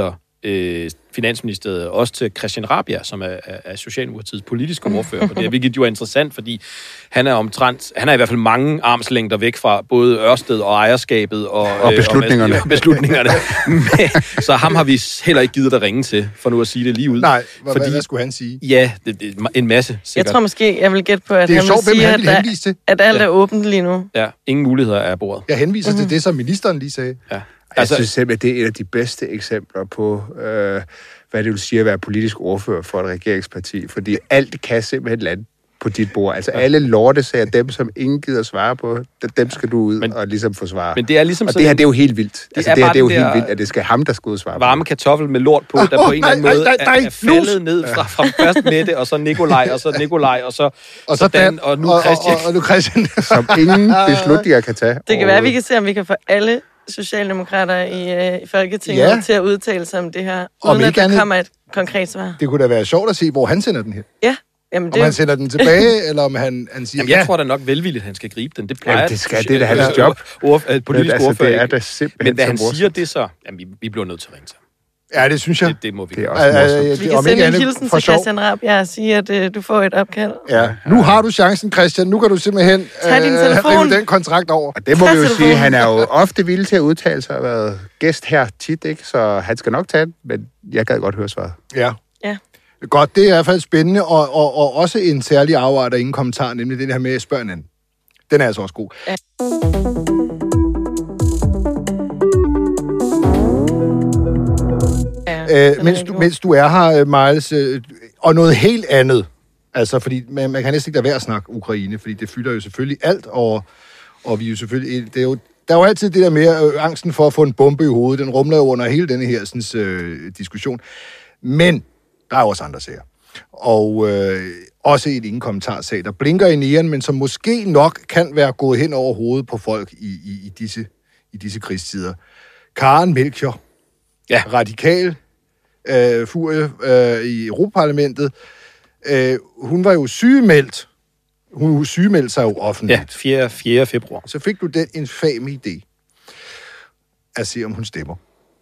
øh, Finansministeriet, også til Christian Rabjerg, som er, er, er Socialdemokratiets politiske ordfører på det, hvilket jo er interessant, fordi han er omtrent, han er i hvert fald mange armslængder væk fra både Ørsted og ejerskabet og, og beslutningerne. Øh, og beslutningerne. Men, så ham har vi heller ikke givet at ringe til, for nu at sige det lige ud. Nej, hvad, fordi, hvad skulle han sige? Ja, det, det, en masse, sikkert. Jeg tror måske, jeg vil gætte på, at det er han sjovt, vil sige, hvem han at, henvise til. at alt Ja. er åbent lige nu. Ja, ingen muligheder er af bordet. Jeg henviser mm-hmm. til det, som ministeren lige sagde. Ja. Jeg Altså, synes simpelthen, det er et af de bedste eksempler på, øh, hvad det vil sige at være politisk ordfører for et regeringsparti. Fordi alt kan simpelthen lande på dit bord. Altså alle lortesager, dem som ingen gider svare på, dem skal du ud men, og ligesom forsvare. Men det er ligesom og sådan det her, det er jo helt vildt. Det altså er det her, det er jo den helt der vildt, at det skal ham, der skal ud og svare varme på. kartoffel med lort på, der oh, på en eller anden nej, måde nej, nej, er, er faldet ned fra, fra først Mette, og så Nikolaj, og så Nikolaj, og så, og så Dan, og nu og, Christian. Og, og, og nu Christian. Som ingen beslutninger kan tage. Det kan være, at vi kan se, om vi kan få alle socialdemokrater i, øh, i Folketinget Ja. til at udtale sig om det her, Om uden at ikke der andet- kommer et konkret svar. Det kunne da være sjovt at se, hvor han sender den hen. Ja, jamen Om det han sender den tilbage, eller om han, han siger, Jamen, jeg ja, tror da nok velvilligt, at han skal gribe den. Det plejer Jamen, det skal, det er da hans øh, job. Ordf- øh, politisk altså, ordfører. det er ikke? da simpelthen Men hvad så han morsomt. siger, det så... Jamen, vi, vi bliver nødt til at ringe til ham. ja, det synes jeg. Det, det må vi Det er gøre. også morsomt. Øh, vi kan om sende ikke en andet hilsen for til sjov. Christian Rabjerg og sige, at øh, du får et opkald. Ja. Nu har du chancen, Christian. Nu kan du simpelthen Tag din telefon. rive den kontrakt over. Og det må Tag vi jo telefonen. sige, han er jo ofte villig til at udtale sig og har været gæst her tit, ikke? Så han skal nok tage den, men jeg gad godt høre svaret. Ja. Ja. Godt, det er i hvert fald spændende, og, og, og også en særlig afart af ingen kommentar, nemlig det her med spørg en anden. Den er altså også god. Ja. Ja, Øh, mens, du, mens du er her, øh, Miles, øh, og noget helt andet, altså, fordi man, man kan næsten ikke lade være at snakke Ukraine, fordi det fylder jo selvfølgelig alt, og, og vi er jo selvfølgelig, det er jo, der er jo altid det der med øh, angsten for at få en bombe i hovedet, den rumler jo under hele denne her sådan, øh, diskussion, men der er også andre sager. Og øh, også et ingen kommentarsag, der blinker i næren, men som måske nok kan være gået hen over hovedet på folk i, i, i, disse, i disse krigstider. Karen Melchior, Ja. radikal øh, furie øh, i Europaparlamentet, øh, hun var jo sygemeldt. Hun sygemeldte sig jo offentligt. Ja, fjerde februar. Så fik du den infame idé at se, om hun stemmer.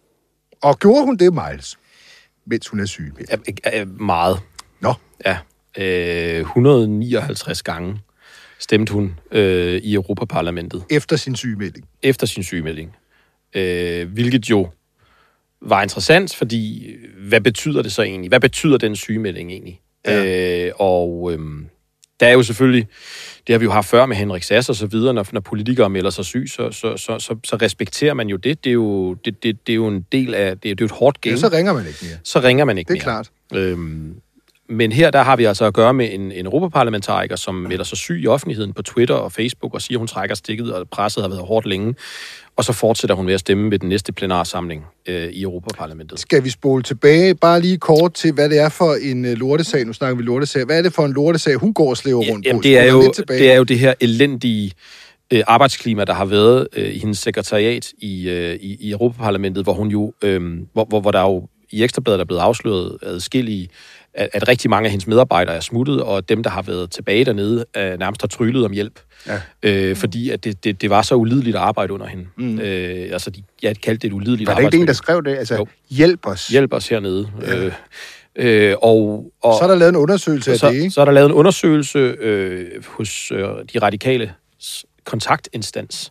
Og gjorde hun det, Miles, mens hun er sygemeldt? Ja, øh, meget. Nå. Ja. Øh, et hundrede og nioghalvtreds gange stemte hun øh, i Europaparlamentet. Efter sin sygemelding. Efter sin sygemelding. Øh, hvilket jo var interessant, fordi hvad betyder det så egentlig? Hvad betyder den sygemelding egentlig? Ja. Øh, og øh, der er jo selvfølgelig, det har vi jo haft før med Henrik Sass og så videre, når, når politikere melder sig syg, så, så, så, så, så respekterer man jo det. Det er jo, det, det, det er jo en del af, det er, det er jo et hårdt game. Ja, så ringer man ikke mere. Så ringer man ikke Det er mere. klart. Øhm, men her, der har vi altså at gøre med en, en europaparlamentariker, som melder sig syg i offentligheden på Twitter og Facebook og siger, hun trækker stikket, og presset har været hårdt længe. Og så fortsætter hun ved at stemme ved den næste plenarsamling øh, i Europaparlamentet. Skal vi spole tilbage bare lige kort til, hvad det er for en uh, lortesag? Nu snakker vi lortesag. Hvad er det for en lortesag, hun går og slæver rundt Jamen, på? det er, Spoler jo, lidt tilbage. det er jo det her elendige øh, arbejdsklima, der har været øh, i hendes sekretariat i, øh, i, i Europaparlamentet, hvor hun jo, øh, hvor, hvor, hvor der jo i Ekstrabladet er blevet afsløret adskillige, at, at rigtig mange af hendes medarbejdere er smuttet, og dem, der har været tilbage dernede, er nærmest har tryllet om hjælp. Ja. Øh, fordi at det, det, det var så ulideligt at arbejde under hende. Mm. Øh, altså, de, jeg kaldte det et ulideligt Var det ikke en, der arbejdsmiljø. skrev det? Altså, Jo. hjælp os. Hjælp os hernede. Ja. Øh, øh, og, og, Så er der lavet en undersøgelse af så, det, ikke? så er der lavet en undersøgelse øh, hos øh, de radikale kontaktinstans.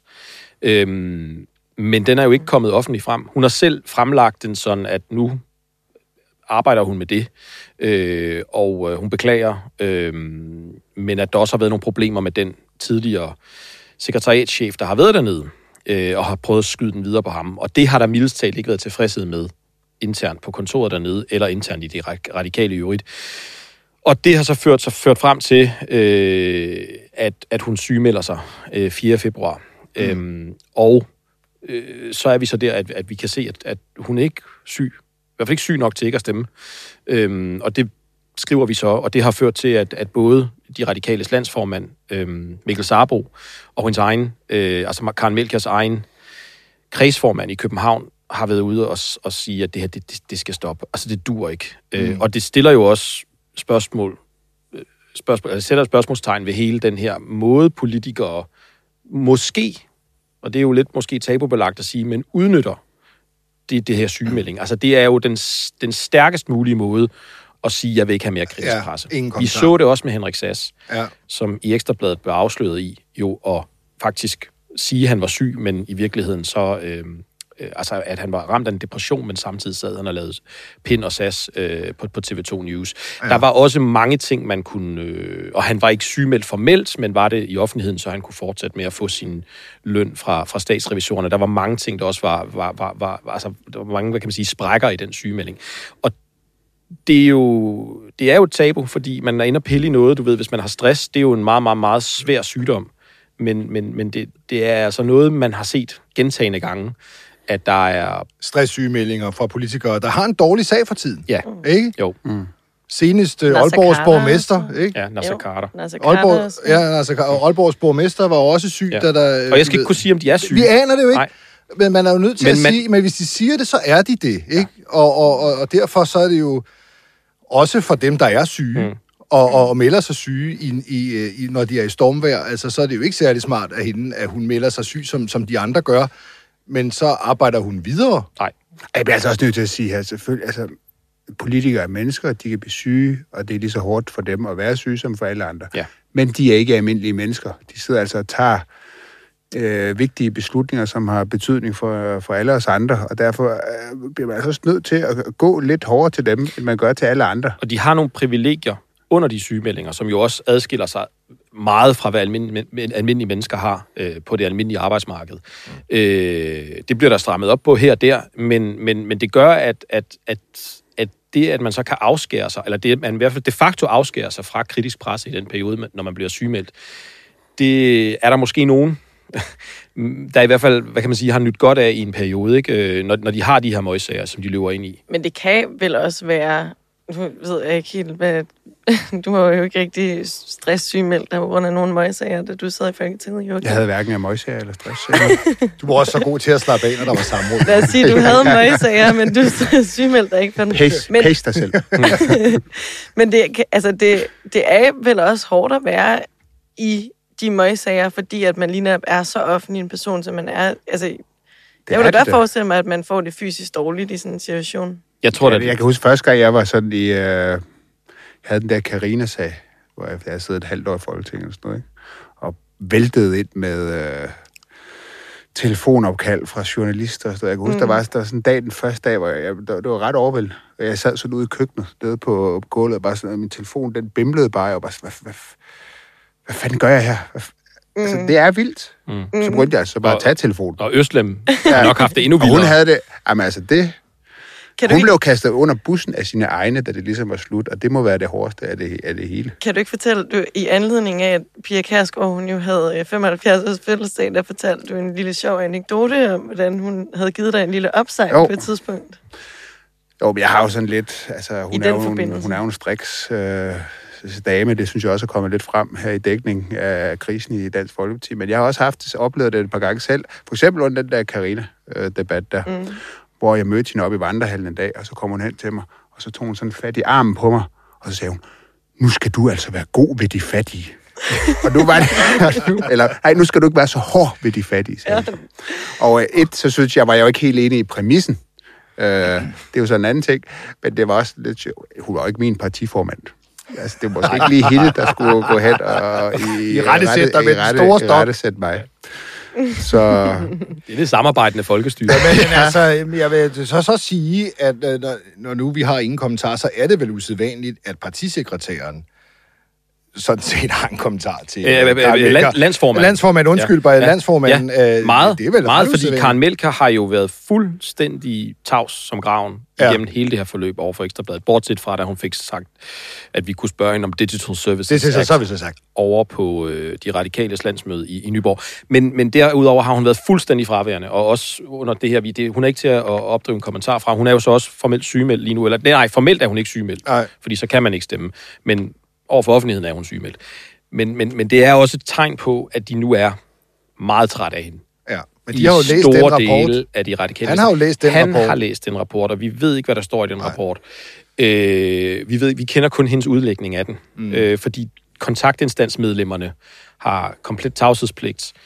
Øhm, men den er jo ikke kommet offentligt frem. Hun har selv fremlagt den sådan, at nu arbejder hun med det, øh, og øh, hun beklager, øh, men at der også har været nogle problemer med den tidligere sekretariatschef, der har været dernede, øh, og har prøvet at skyde den videre på ham. Og det har der mildest talt ikke været tilfredshed med internt på kontoret dernede, eller internt i det radikale i øvrigt. Og det har så ført, så ført frem til, øh, at, at hun sygemelder sig øh, fjerde februar. Mm. Øhm, og øh, så er vi så der, at, at vi kan se, at, at hun er ikke syg. I hvert fald ikke syg nok til ikke at stemme. Øhm, og det skriver vi så, og det har ført til, at, at både de radikales landsformand, øhm, Mikkel Sarbo, og hendes egen, øh, altså Karen Melchiors egen kredsformand i København, har været ude og, og sige, at det her, det, det, det skal stoppe. Altså, det dur ikke. Mm. Øh, og det stiller jo også spørgsmål, spørgsmål altså sætter et spørgsmålstegn ved hele den her måde, politikere måske, og det er jo lidt måske tabubelagt at sige, men udnytter det, det her sygemelding. Altså, det er jo den, den stærkest mulige måde at sige, at jeg vil ikke have mere kritisk Ja, presse. ingen Vi kommentar. så det også med Henrik Sass, Ja. som i Ekstrabladet blev afsløret i, jo, og faktisk sige, at han var syg, men i virkeligheden så... Øh, øh, altså, at han var ramt af en depression, men samtidig sad han og lavede Pind og Sass øh, på, på T V to News. Ja. Der var også mange ting, man kunne... Øh, og han var ikke sygemeldt formelt, men var det i offentligheden, så han kunne fortsætte med at få sin løn fra, fra statsrevisorerne. Der var mange ting, der også var... var, var, var altså, der var mange, hvad kan man sige, sprækker i den sygemelding. Og det er jo, det er jo et tabu, fordi man er inde og pille i noget, du ved, hvis man har stress, det er jo en meget, meget, meget svær sygdom. Men, men, men det, det er altså noget, man har set gentagne gange, at der er... Stresssygemeldinger fra politikere, der har en dårlig sag for tiden. Ja. Ikke? Jo. Mm. Senest uh, Nasser Aalborgs Khader. borgmester, ikke? Ja, Nasser Jo, Khader. Nasser Khader Aalborg, også. ja, Nasser Khader. Og Aalborgs borgmester var også syg, Ja. da der... Og jeg skal ikke kunne sige, om de er syge. Vi aner det jo ikke. Nej. Men man er jo nødt til Men at man- sige, men hvis de siger det, så er de det, ikke? Ja. Og, og, og, og derfor så er det jo også for dem, der er syge, mm. og, og, og melder sig syge, i, i, i, når de er i stormvejr, altså så er det jo ikke særlig smart af hende, at hun melder sig syg, som, som de andre gør, men så arbejder hun videre. Nej. Jeg bliver altså også nødt til at sige her, selvfølgelig, altså, politikere er mennesker, de kan blive syge, og det er lige så hårdt for dem at være syge som for alle andre. Ja. Men de er ikke almindelige mennesker. De sidder altså og tager øh, vigtige beslutninger, som har betydning for, for alle os andre, og derfor øh, bliver man altså også nødt til at gå lidt hårdere til dem, end man gør til alle andre. Og de har nogle privilegier under de sygemeldinger, som jo også adskiller sig meget fra, hvad almindelige, almindelige mennesker har øh, på det almindelige arbejdsmarked. Mm. Øh, det bliver der strammet op på her og der, men, men, men det gør, at, at, at, at det, at man så kan afskære sig, eller det, at man i hvert fald de facto afskærer sig fra kritisk presse i den periode, når man bliver sygemeldt, det er der måske nogen, der i hvert fald, hvad kan man sige, har nyt godt af i en periode, ikke? Når, når de har de her møgsager, som de løber ind i. Men det kan vel også være... Nu ved jeg ikke helt, hvad... Du var jo ikke rigtig stresssygemeldt der på grund af nogle møgsager, da du sad i Folketinget, Joachim. Jeg havde hverken af møgsager eller stress. Du var også så god til at slappe af, når der var samråd. Lad os sige, du havde møgsager, men du sygemeldte dig ikke for den. Pace, Men, pace dig selv. men det, kan- altså det, det er vel også hårdt at være i de møgsager, fordi at man lige netop er så offentlig en person, som man er. Altså, jeg er vil da det godt da. forestille mig, at man får det fysisk dårligt i sådan en situation. Jeg tror, Ja, at jeg kan huske første gang, jeg var sådan i... Øh, jeg havde den der Carina-sag, hvor jeg, jeg sad et halvt år i Folketinget og sådan noget, ikke? Og væltede ind med øh, telefonopkald fra journalister og sådan noget. Jeg kan huske, mm. der, var, der var sådan en dag, den første dag, hvor jeg, jeg, der, det var ret overvældende. Og jeg sad sådan ude i køkkenet, nede på, på gulvet, og bare sådan, og min telefon, den bimlede bare, og bare sådan, hvad, hvad, hvad fanden gør jeg her? Hvad, mm. Altså, det er vildt. Mm. Så begyndte jeg altså bare Og- at tage telefonen. og Øslem har nok haft det endnu Og vildere. hun havde det... Jamen altså, det... Kan du, Hun ikke, blev kastet under bussen af sine egne, da det ligesom var slut, og det må være det hårdeste af det, af det hele. kan du ikke fortælle, du, i anledning af, at Pia Kjærsgaard, hun jo havde øh, femoghalvfjerds års fødselsdag, der fortalte du en lille sjov anekdote om, hvordan hun havde givet dig en lille opsejl Jo. på et tidspunkt. Jo, men jeg har jo sådan lidt... Altså, hun, I er den jo en, forbindelse. hun er jo en striks øh, dame, det synes jeg også er kommet lidt frem her i dækning af krisen i Dansk Folkeparti, men jeg har også haft oplevet det et par gange selv. For eksempel under den der Carina-debat der, mm. hvor jeg mødte hende op i vandrehallen en dag, og så kom hun hen til mig, og så tog hun sådan fat i armen på mig, og så sagde hun, nu skal du altså være god ved de fattige. Og nu var det... Eller, nej, nu skal du ikke være så hård ved de fattige, sagde hun. Og øh, et, så synes jeg, var jeg jo ikke helt enig i præmissen. Øh, det er jo sådan en anden ting, men det var også lidt sjovt. Hun var jo ikke min partiformand. Altså, det var måske ikke lige hende, der skulle gå hen og... I, I rettesætte dig med den store stok. I rettesætte mig. Så... Det er det samarbejdende folkestyre. Men altså, jeg vil så, så sige, at øh, når, når nu vi har ingen kommentar, så er det vel usædvanligt, at partisekretæren sådan set har en kommentar til... Øh, øh, øh, land, landsformand. Landsformand, undskyld, bare Ja. landsformanden. Ja. Øh, Meget, det er vel meget ret fordi usædvanligt. Karen Melker har jo været fuldstændig tavs som graven Ja. igennem hele det her forløb over for Ekstrabladet. Bortset fra, da hun fik sagt, at vi kunne spørge hende om Digital Services Det er så, Act så har vi så sagt. over på øh, de radikales landsmøde i, i Nyborg. Men, men derudover har hun været fuldstændig fraværende, og også under det her, vi- det, hun er ikke til at opdrive en kommentar fra. Hun er jo så også formelt sygemeldt lige nu. Eller, nej, formelt er hun ikke sygemeldt, Nej. fordi så kan man ikke stemme. Men over for offentligheden er hun sygemeldt. Men, men, men det er også et tegn på, at de nu er meget træt af hende. Ja. Men I de har jo læst den store rapport. dele af de radikale. Han har jo læst den Han rapport. har læst den rapport, og vi ved ikke, hvad der står i den Nej. rapport. Øh, vi, ved, vi kender kun hendes udlægning af den, mm. øh, fordi kontaktinstansmedlemmerne har komplet tavshedspligt,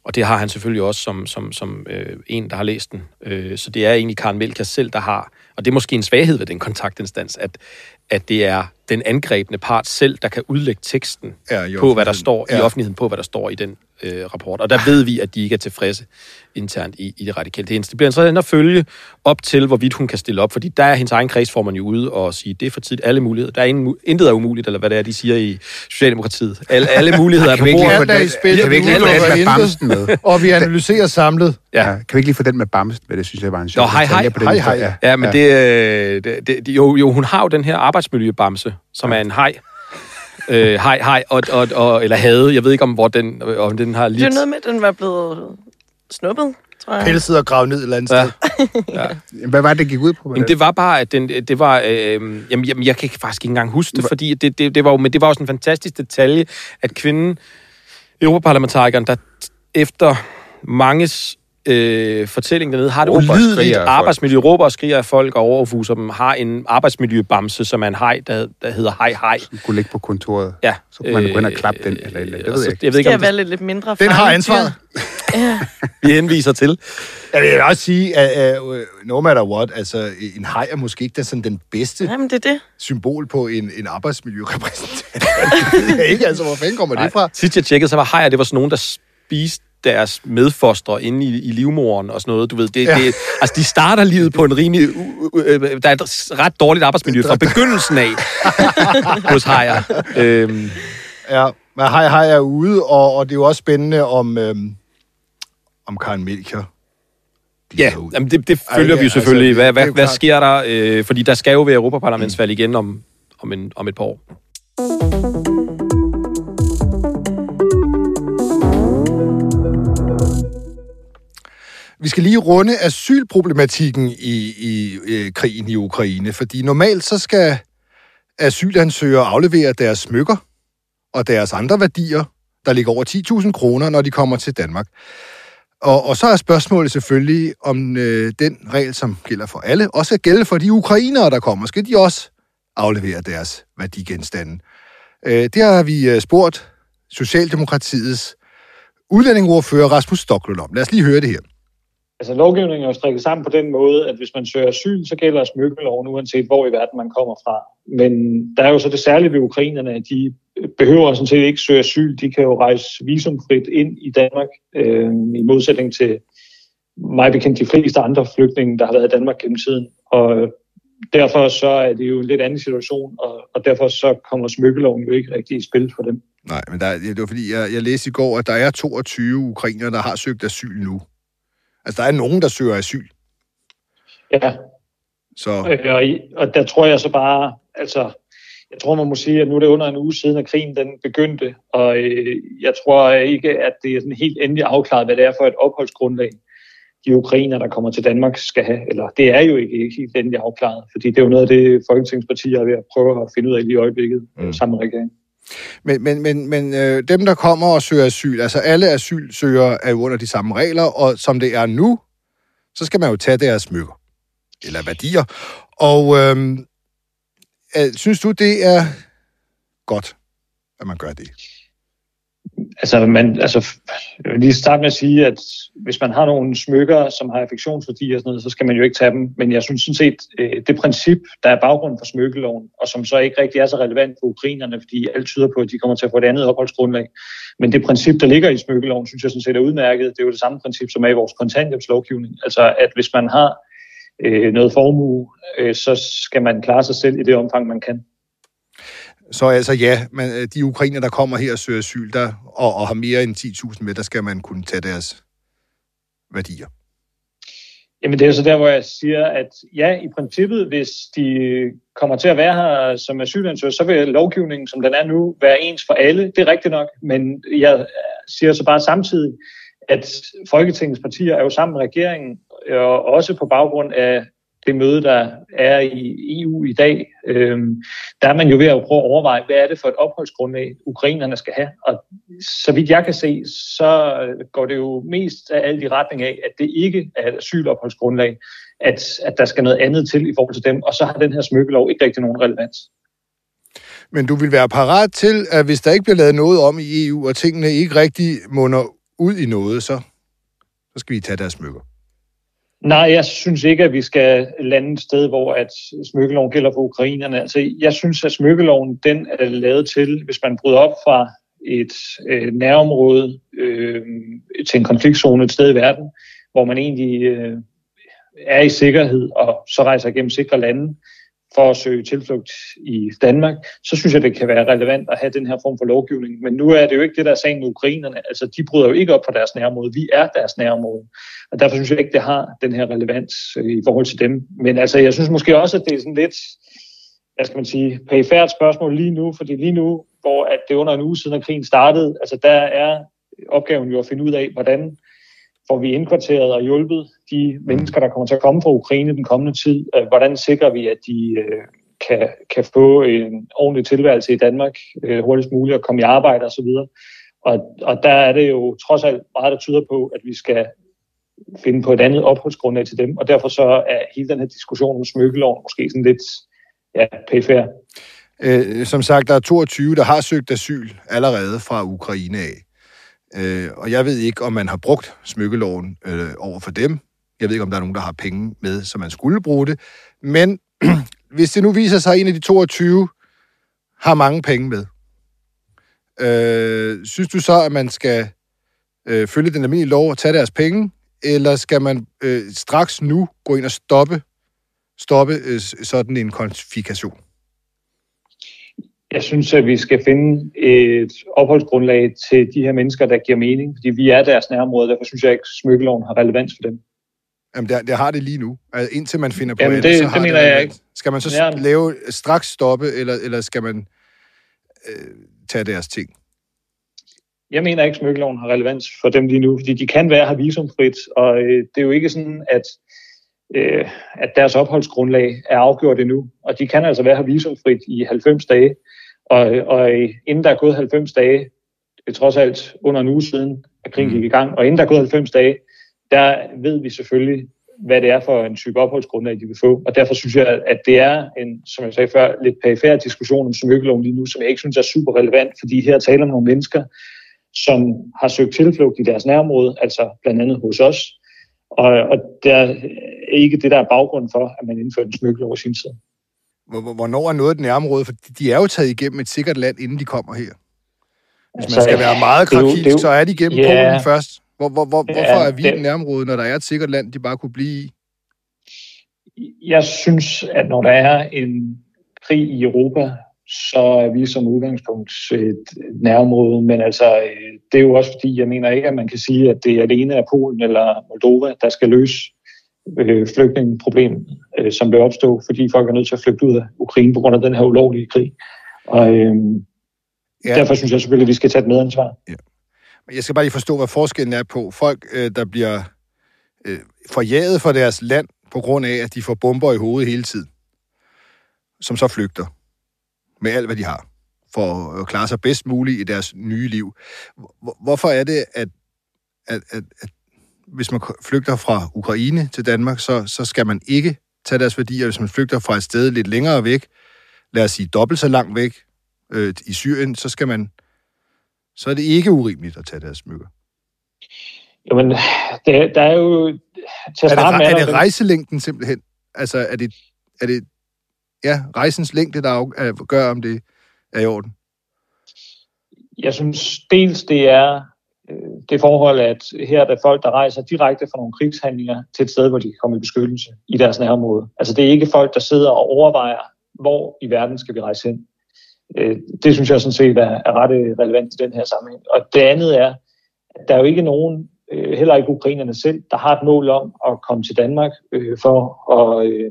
Og det har han selvfølgelig også som, som, som øh, en, der har læst den. Øh, så det er egentlig Karen Melchior selv, der har, og det er måske en svaghed ved den kontaktinstans, at, at det er den angrebne part selv, der kan udlægge teksten ja, på, hvad der står ja. i offentligheden, på, hvad der står i den øh, rapport. Og der ved vi, at de ikke er tilfredse internt i, i det radikale. Det, det bliver interessant at følge op til, hvorvidt hun kan stille op, fordi der er hendes egen kredsformand jo ude og sige, det er for tit alle muligheder. Der er ingen, intet er umuligt, eller hvad det er, de siger i Socialdemokratiet. Alle, alle muligheder er på bordet. Kan, spil, kan vi ikke lige få den med bamsen med? Og vi analyserer samlet. Ja. Ja. Kan vi ikke lige få den med bamsen med? Det synes jeg var en sjov. Nå, hej, hej. hej, hej. Ja, ja, men ja. Det, det, det, jo, jo, hun har jo den her arbejdsmiljøbamse, som er en hej. Øh, hej, hej, og, og, og, eller havde. Jeg ved ikke, om, hvor den, om den har lidt... Det er noget med, at den var blevet snuppet, tror jeg. Pelset og gravet ned et eller andet sted. Ja. Ja. Hvad var det, det gik ud på? Jamen, det var bare, at den, det var... Øh, jamen, jamen, jeg kan faktisk ikke engang huske det, fordi det, det, det var jo, men det var jo sådan en fantastisk detalje, at kvinden, europaparlamentarikeren, der efter manges øh, fortælling dernede, har det ulideligt arbejdsmiljø, råber og skriger af folk og overfuser dem, har en arbejdsmiljøbamse, som er en hej, der, der hedder hej hej. Som kunne ligge på kontoret. Ja. Så kunne man gå ind og klappe den, eller, eller det ved jeg ikke. Jeg ved ikke, om det... være lidt mindre den har ansvaret. Ja. Vi henviser til. Jeg vil også sige, at uh, no matter what, altså en hej er måske ikke den, sådan, den bedste Jamen, det er det. symbol på en, en arbejdsmiljørepræsentant. Det ved jeg ikke, altså, hvor fanden kommer Nej. det fra? Sidst jeg tjekkede, så var hejer, det var sådan nogen, der spiste deres medfostre inde i, i livmoderen og sådan noget. Du ved, det, ja. det, altså, de starter livet på en rimelig... Uh, uh, der er et ret dårligt arbejdsmiljø fra begyndelsen af hos hejer. Øhm. Ja, men hej, hej er ude, og, og det er jo også spændende om, øhm, om Karen Melchior. Ja, jamen det, det følger Ej, vi jo selvfølgelig. Altså, hvad hvad, hvad sker der? Øh, fordi der skal jo være Europaparlamentsvalg igen om, om, en, om et par år. Vi skal lige runde asylproblematikken i, i, i krigen i Ukraine, fordi normalt så skal asylansøgere aflevere deres smykker og deres andre værdier, der ligger over ti tusind kroner, når de kommer til Danmark. Og, og så er spørgsmålet selvfølgelig, om øh, den regel, som gælder for alle, også skal gælde for de ukrainere, der kommer. Skal de også aflevere deres værdigenstande? Øh, det har vi øh, spurgt Socialdemokratiets udlændingeordfører Rasmus Stoklund om. Lad os lige høre det her. Altså, lovgivningen er jo strikket sammen på den måde, at hvis man søger asyl, så gælder smykkeloven, uanset hvor i verden man kommer fra. Men der er jo så det særlige ved ukrainerne, at de behøver sådan set ikke søge asyl. De kan jo rejse visumfrit ind i Danmark, øh, i modsætning til mig bekendt de fleste andre flygtninge, der har været i Danmark gennem tiden. Og derfor så er det jo en lidt anden situation, og, og derfor så kommer smykkeloven jo ikke rigtig i spil for dem. Nej, men der, det var fordi, jeg, jeg læste i går, at der er toogtyve ukrainere, der har søgt asyl nu. Altså, der er nogen, der søger asyl. Ja. Så. Og, og der tror jeg så bare, altså, jeg tror, man må sige, at nu er det under en uge siden, at krigen den begyndte, og øh, jeg tror ikke, at det er sådan helt endelig afklaret, hvad det er for et opholdsgrundlag, de ukrainer, der kommer til Danmark, skal have. Eller det er jo ikke helt endelig afklaret, fordi det er jo noget af det, folketingspartier er ved at prøve at finde ud af lige i øjeblikket, mm. sammen med regeringen. Men, men, men, men øh, dem, der kommer og søger asyl, altså alle asylsøgere er jo under de samme regler, og som det er nu, så skal man jo tage deres smykker, eller værdier. Og øh, øh, synes du, det er godt, at man gør det? Altså, man, altså, jeg vil lige starte med at sige, at hvis man har nogle smykker, som har affektionsværdi og sådan noget, så skal man jo ikke tage dem. Men jeg synes sådan set, det princip, der er baggrunden for smykkeloven, og som så ikke rigtig er så relevant for ukrainerne, fordi alt tyder på, at de kommer til at få et andet opholdsgrundlag. Men det princip, der ligger i smykkeloven, synes jeg sådan set er udmærket. Det er jo det samme princip, som er i vores kontanthjælpslovgivning. Altså, at hvis man har øh, noget formue, øh, så skal man klare sig selv i det omfang, man kan. Så altså ja, men de ukrainer, der kommer her og søger asyl, der, og, og har mere end ti tusind med, der skal man kunne tage deres værdier. Jamen det er så der, hvor jeg siger, at ja, i princippet, hvis de kommer til at være her som asylansøgere, så vil lovgivningen, som den er nu, være ens for alle. Det er rigtigt nok, men jeg siger så bare samtidig, at Folketingets partier er jo sammen med regeringen, og også på baggrund af det møde, der er i E U i dag, øhm, der er man jo ved at prøve at overveje, hvad er det for et opholdsgrundlag, ukrainerne skal have. Og så vidt jeg kan se, så går det jo mest af alt i retning af, at det ikke er et asylopholdsgrundlag, at, at der skal noget andet til i forhold til dem, og så har den her smykkelov ikke rigtig nogen relevans. Men du vil være parat til, at hvis der ikke bliver lavet noget om i E U, og tingene ikke rigtig munder ud i noget, så, så skal vi tage deres smykker. Nej, jeg synes ikke, at vi skal lande et sted, hvor at smykkeloven gælder for ukrainerne. Altså, jeg synes, at smykkeloven den er lavet til, hvis man bryder op fra et øh, nærområde øh, til en konfliktzone et sted i verden, hvor man egentlig øh, er i sikkerhed og så rejser igennem sikre lande for at søge tilflugt i Danmark, så synes jeg, det kan være relevant at have den her form for lovgivning. Men nu er det jo ikke det, der er sagen med ukrainerne. Altså, de bryder jo ikke op på deres nærområde. Vi er deres nærområde. Og derfor synes jeg ikke, det har den her relevans øh, i forhold til dem. Men altså, jeg synes måske også, at det er sådan lidt, hvad skal man sige, perifært spørgsmål lige nu, fordi lige nu, hvor at det er under en uge siden, at krigen startede, altså der er opgaven jo at finde ud af, hvordan får vi indkvarteret og hjulpet de mennesker, der kommer til at komme fra Ukraine den kommende tid. Hvordan sikrer vi, at de øh, kan, kan få en ordentlig tilværelse i Danmark øh, hurtigst muligt og komme i arbejde osv. Og, og der er det jo trods alt meget, der tyder på, at vi skal finde på et andet opholdsgrundlag til dem. Og derfor så er hele den her diskussion om smykkeloven måske sådan lidt ja, pæfærd. Øh, som sagt, der er toogtyve, der har søgt asyl allerede fra Ukraine af. Øh, og jeg ved ikke, om man har brugt smykkeloven øh, over for dem. Jeg ved ikke, om der er nogen, der har penge med, så man skulle bruge det. Men hvis det nu viser sig, at en af de toogtyve har mange penge med, øh, synes du så, at man skal øh, følge den almindelige lov og tage deres penge, eller skal man øh, straks nu gå ind og stoppe, stoppe øh, sådan en konfiskation? Jeg synes, at vi skal finde et opholdsgrundlag til de her mennesker, der giver mening, fordi vi er deres nærområde, derfor synes jeg ikke, at smykkeloven har relevans for dem. Jamen, det, det har det lige nu. Altså, indtil man finder på Jamen, andet, det, så det har mener det jeg ikke. Skal man så ja. lave straks stoppe, eller, eller skal man øh, tage deres ting? Jeg mener ikke, at smykkeloven har relevans for dem lige nu, fordi de kan være her visumfrit, og øh, det er jo ikke sådan, at øh, at deres opholdsgrundlag er afgjort endnu, og de kan altså være her visumfrit i halvfems dage, og, og inden der er gået halvfems dage, det er trods alt under en uge siden, at krigen gik i gang, og inden der er gået halvfems dage, der ved vi selvfølgelig, hvad det er for en type opholdsgrundlag, de vil få, og derfor synes jeg, at det er en, som jeg sagde før, lidt perifær diskussion om smykkeloven lige nu, som jeg ikke synes er super relevant, fordi her taler om nogle mennesker, som har søgt tilflugt i deres nærområde, altså blandt andet hos os, og, og der er ikke det, der er baggrunden for, at man indfører en smykkelov i sin tid. Hvornår er noget af den nærområde? For de er jo taget igennem et sikkert land, inden de kommer her. Hvis altså, man skal være meget krakilsk, så er de igennem yeah. Polen først. Hvor, hvor, hvor, yeah, hvorfor er vi i det nærområde, når der er et sikkert land, de bare kunne blive i? Jeg synes, at når der er en krig i Europa, så er vi som udgangspunkt et nærområde. Men altså, det er jo også fordi, jeg mener ikke, at man kan sige, at det er alene af Polen eller Moldova, der skal løse øh, flygtningeproblemet, øh, som vil opstå, fordi folk er nødt til at flygte ud af Ukraine på grund af den her ulovlige krig. Og øh, ja. Derfor synes jeg selvfølgelig, at vi skal tage et medansvar. Ja. Jeg skal bare lige forstå, hvad forskellen er på folk, øh, der bliver øh, forjaget fra deres land på grund af, at de får bomber i hovedet hele tiden, som så flygter med alt, hvad de har, for at klare sig bedst muligt i deres nye liv. Hvorfor er det, at, at, at, at hvis man flygter fra Ukraine til Danmark, så, så skal man ikke tage deres værdier? Hvis man flygter fra et sted lidt længere væk, lad os sige dobbelt så langt væk, øh, i Syrien, så skal man, så er det ikke urimeligt at tage deres smykker. Jamen, det, der er jo... Til at er, det, med, er det rejselængden simpelthen? Altså, er det, er det ja, rejsens længde, der gør, om det er i orden? Jeg synes dels, det er øh, det forhold, at her er der folk, der rejser direkte fra nogle krigshandlinger til et sted, hvor de kan komme i beskyttelse i deres nærområde. Altså, det er ikke folk, der sidder og overvejer, hvor i verden skal vi rejse hen. Øh, det synes jeg sådan set er, er ret relevant i den her sammenhæng. Og det andet er, at der er jo ikke nogen, øh, heller ikke ukrainerne selv, der har et mål om at komme til Danmark øh, for at... Øh,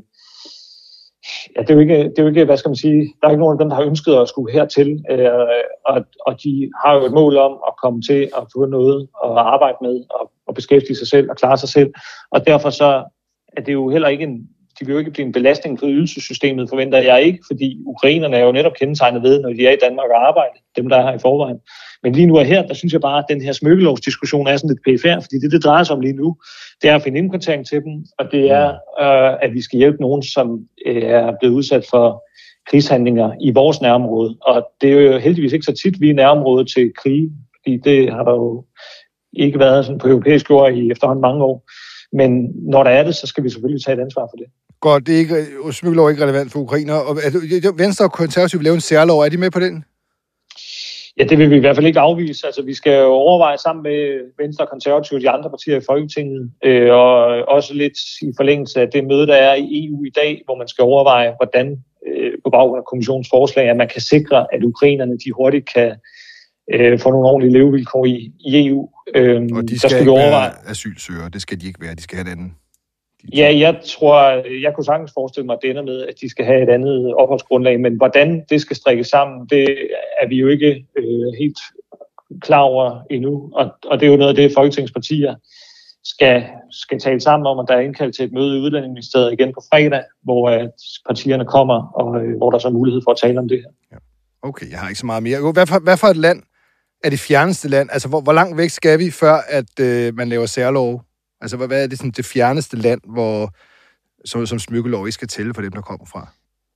Ja, det er, jo ikke, det er jo ikke, hvad skal man sige, der er ikke nogen af dem, der har ønsket at skulle hertil, øh, og, og de har jo et mål om at komme til at få noget at arbejde med, og, og beskæftige sig selv og klare sig selv, og derfor så er det jo heller ikke en, de vil jo ikke blive en belastning for ydelsessystemet, forventer jeg ikke, fordi ukrainerne er jo netop kendetegnet ved, når de er i Danmark og arbejder, dem der er her i forvejen. Men lige nu er her, der synes jeg bare, at den her smykkelovsdiskussion er sådan lidt perifær, fordi det, det drejer sig om lige nu, det er at finde indkvartering til dem, og det er, øh, at vi skal hjælpe nogen, som øh, er blevet udsat for krigshandlinger i vores nærområde. Og det er jo heldigvis ikke så tit, vi er nærområde til krig, fordi det har der jo ikke været sådan på europæisk jord i efterhånden mange år. Men når der er det, så skal vi selvfølgelig tage et ansvar for det. Godt, det er ikke, smykkelov er ikke relevant for ukrainer. Og Venstre og Konservative vil lave en særlov. Er de med på den? Ja, det vil vi i hvert fald ikke afvise. Altså, vi skal jo overveje sammen med Venstre og Konservative og de andre partier i Folketinget, øh, og også lidt i forlængelse af det møde, der er i E U i dag, hvor man skal overveje, hvordan øh, på baggrund af kommissionens forslag, at man kan sikre, at ukrainerne de hurtigt kan øh, få nogle ordentlige levevilkår i, i E U. Øh, og de skal, skal ikke overveje være asylsøgere. Det skal de ikke være. De skal have en anden. Ja, jeg tror, jeg kunne sagtens forestille mig, at det ender med, at de skal have et andet opholdsgrundlag, men hvordan det skal strikkes sammen, det er vi jo ikke øh, helt klar over endnu, og, og det er jo noget af det, Folketingspartier skal, skal tale sammen om, og der er indkaldt til et møde i Udlændingeministeriet igen på fredag, hvor at partierne kommer, og øh, hvor der så er mulighed for at tale om det her. Ja. Okay, jeg har ikke så meget mere. Hvad for, hvad for et land er det fjerneste land? Altså, hvor, hvor langt væk skal vi, før at øh, man laver særlov? Altså, hvad er det, sådan, det fjerneste land, hvor, som, som smykkelov ikke skal tælle for dem, der kommer fra?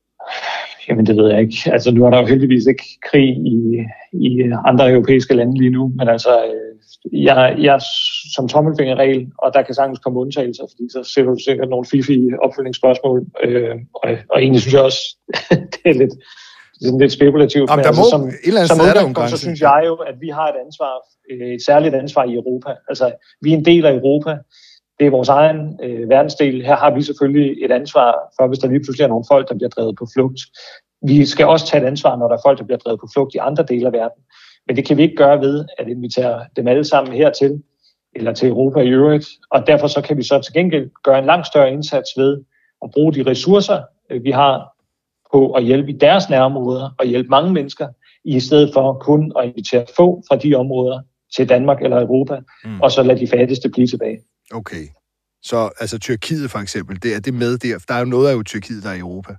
Jamen, det ved jeg ikke. Altså, nu er der jo heldigvis ikke krig i, i andre europæiske lande lige nu, men altså, jeg, jeg som tommelfingerregel, og der kan sagtens komme undtagelser, fordi så ser du sikkert nogle fiffige opfølgningsspørgsmål, øh, og, og egentlig synes jeg også, det er lidt, sådan lidt spekulativt. Jamen, men altså, må, som, som udgangspunkt, så synes jeg jo, at vi har et ansvar, et særligt ansvar i Europa. Altså, vi er en del af Europa. Det er vores egen øh, verdensdel. Her har vi selvfølgelig et ansvar for, hvis der lige pludselig er nogle folk, der bliver drevet på flugt. Vi skal også tage et ansvar, når der er folk, der bliver drevet på flugt i andre dele af verden. Men det kan vi ikke gøre ved, at invitere dem alle sammen hertil, eller til Europa i øvrigt. Og derfor så kan vi så til gengæld gøre en langt større indsats ved at bruge de ressourcer, øh, vi har på at hjælpe i deres nærområder og hjælpe mange mennesker, i stedet for kun at invitere få fra de områder til Danmark eller Europa, mm. og så lade de fattigste blive tilbage. Okay. Så altså Tyrkiet for eksempel, det er det med der? Der er jo noget af jo Tyrkiet, der er i Europa.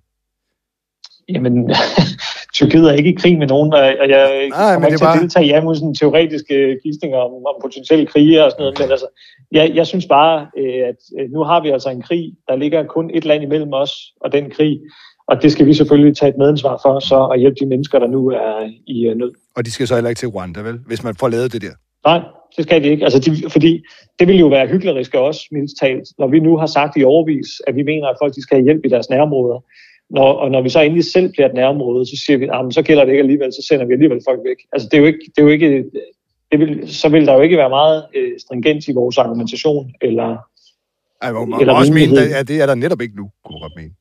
Jamen, Tyrkiet er ikke i krig med nogen, og jeg Nej, kommer ikke til bare... at deltage i sådan teoretiske gidsninger om, om potentielle krige og sådan noget, men altså, jeg, jeg synes bare, at nu har vi altså en krig, der ligger kun et land imellem os og den krig, og det skal vi selvfølgelig tage et medansvar for, så at hjælpe de mennesker, der nu er i nød. Og de skal så heller ikke til Rwanda, vel? Hvis man får lavet det der. Nej, det skal de ikke. Altså, de, fordi det vil jo være hyklerisk også, mindst talt, når vi nu har sagt i overvis, at vi mener, at folk de skal have hjælp i deres nærområder. Når, og når vi så endelig selv bliver et nærområde, så siger vi, at så gælder det ikke alligevel, så sender vi alligevel folk væk. Altså, det er jo ikke, det er jo ikke, det vil, så vil der jo ikke være meget øh, stringent i vores argumentation, eller Ej, man, eller også mene, at det er der netop ikke nu, kunne man godt mene.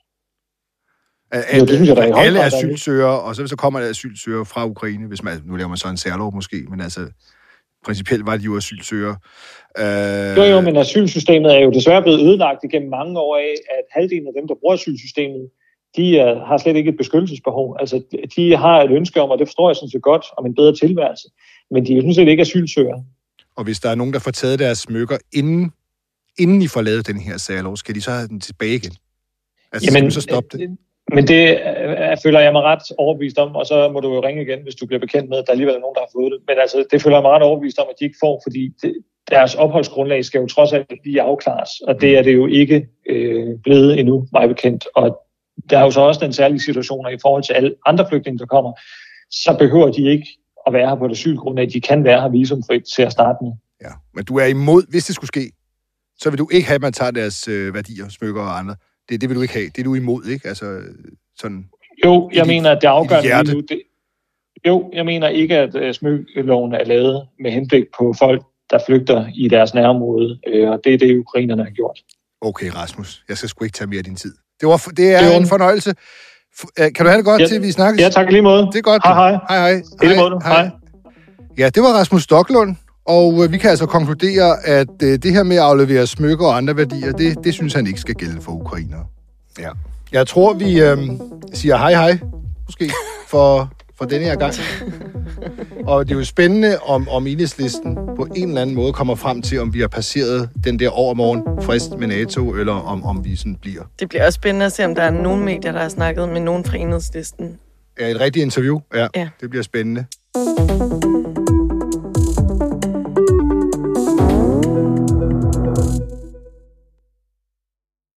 At, jo, det synes jeg, der er at alle asylsøgere, og så, så kommer der asylsøgere fra Ukraine, hvis man, nu laver man så en særlov måske, men altså, principielt var de jo asylsøgere. Øh... Jo, jo, men asylsystemet er jo desværre blevet ødelagt igennem mange år af, at halvdelen af dem, der bruger asylsystemet, de uh, har slet ikke et beskyttelsesbehov. Altså, de har et ønske om, og det forstår jeg sådan set godt, om en bedre tilværelse, men de er jo sådan set ikke asylsøgere. Og hvis der er nogen, der får taget deres smykker, inden, inden I får lavet den her særlov, skal de så have den tilbage igen? Altså, Jamen, skal du så stoppe det? Men det øh, føler jeg mig ret overbevist om, og så må du jo ringe igen, hvis du bliver bekendt med, at der alligevel er nogen, der har fået det. Men altså, det føler jeg mig ret overbevist om, at de ikke får, fordi det, deres opholdsgrundlag skal jo trods alt lige afklares, og det er det jo ikke øh, blevet endnu, mig bekendt. Og der er jo så også den særlige situation, at i forhold til alle andre flygtninge, der kommer, så behøver de ikke at være her på et asylgrundlag. De kan være her visumfrit til at starte med. Ja, men du er imod, hvis det skulle ske, så vil du ikke have, at man tager deres øh, værdier, smykker og andre. Det, det vil du ikke have. Det er du imod, ikke? Altså, sådan... Jo, jeg mener, at det afgørende lige nu... Det, jo, jeg mener ikke, at uh, smykkeloven er lavet med henblik på folk, der flygter i deres nærområde, øh, og det er det, ukrainerne har gjort. Okay, Rasmus. Jeg skal sgu ikke tage mere af din tid. Det, var, det er det en fornøjelse. Kan du have det godt, ja, til vi snakkes? Ja, tak lige måde. Det er godt. Hej, hej. Hej, hej. Hej, hej. hej. Ja, det var Rasmus Stoklund. Og øh, vi kan altså konkludere, at øh, det her med at aflevere smykker og andre værdier, det, det synes han ikke skal gælde for ukrainere. Ja. Jeg tror, vi øh, siger hej hej, måske, for, for denne her gang. Og det er jo spændende, om, om Enhedslisten på en eller anden måde kommer frem til, om vi har passeret den der overmorgen frist med NATO, eller om, om vi sådan bliver. Det bliver også spændende at se, om der er nogen medier, der har snakket med nogen fra Enhedslisten. Ja, et rigtigt interview. Ja, ja. Det bliver spændende.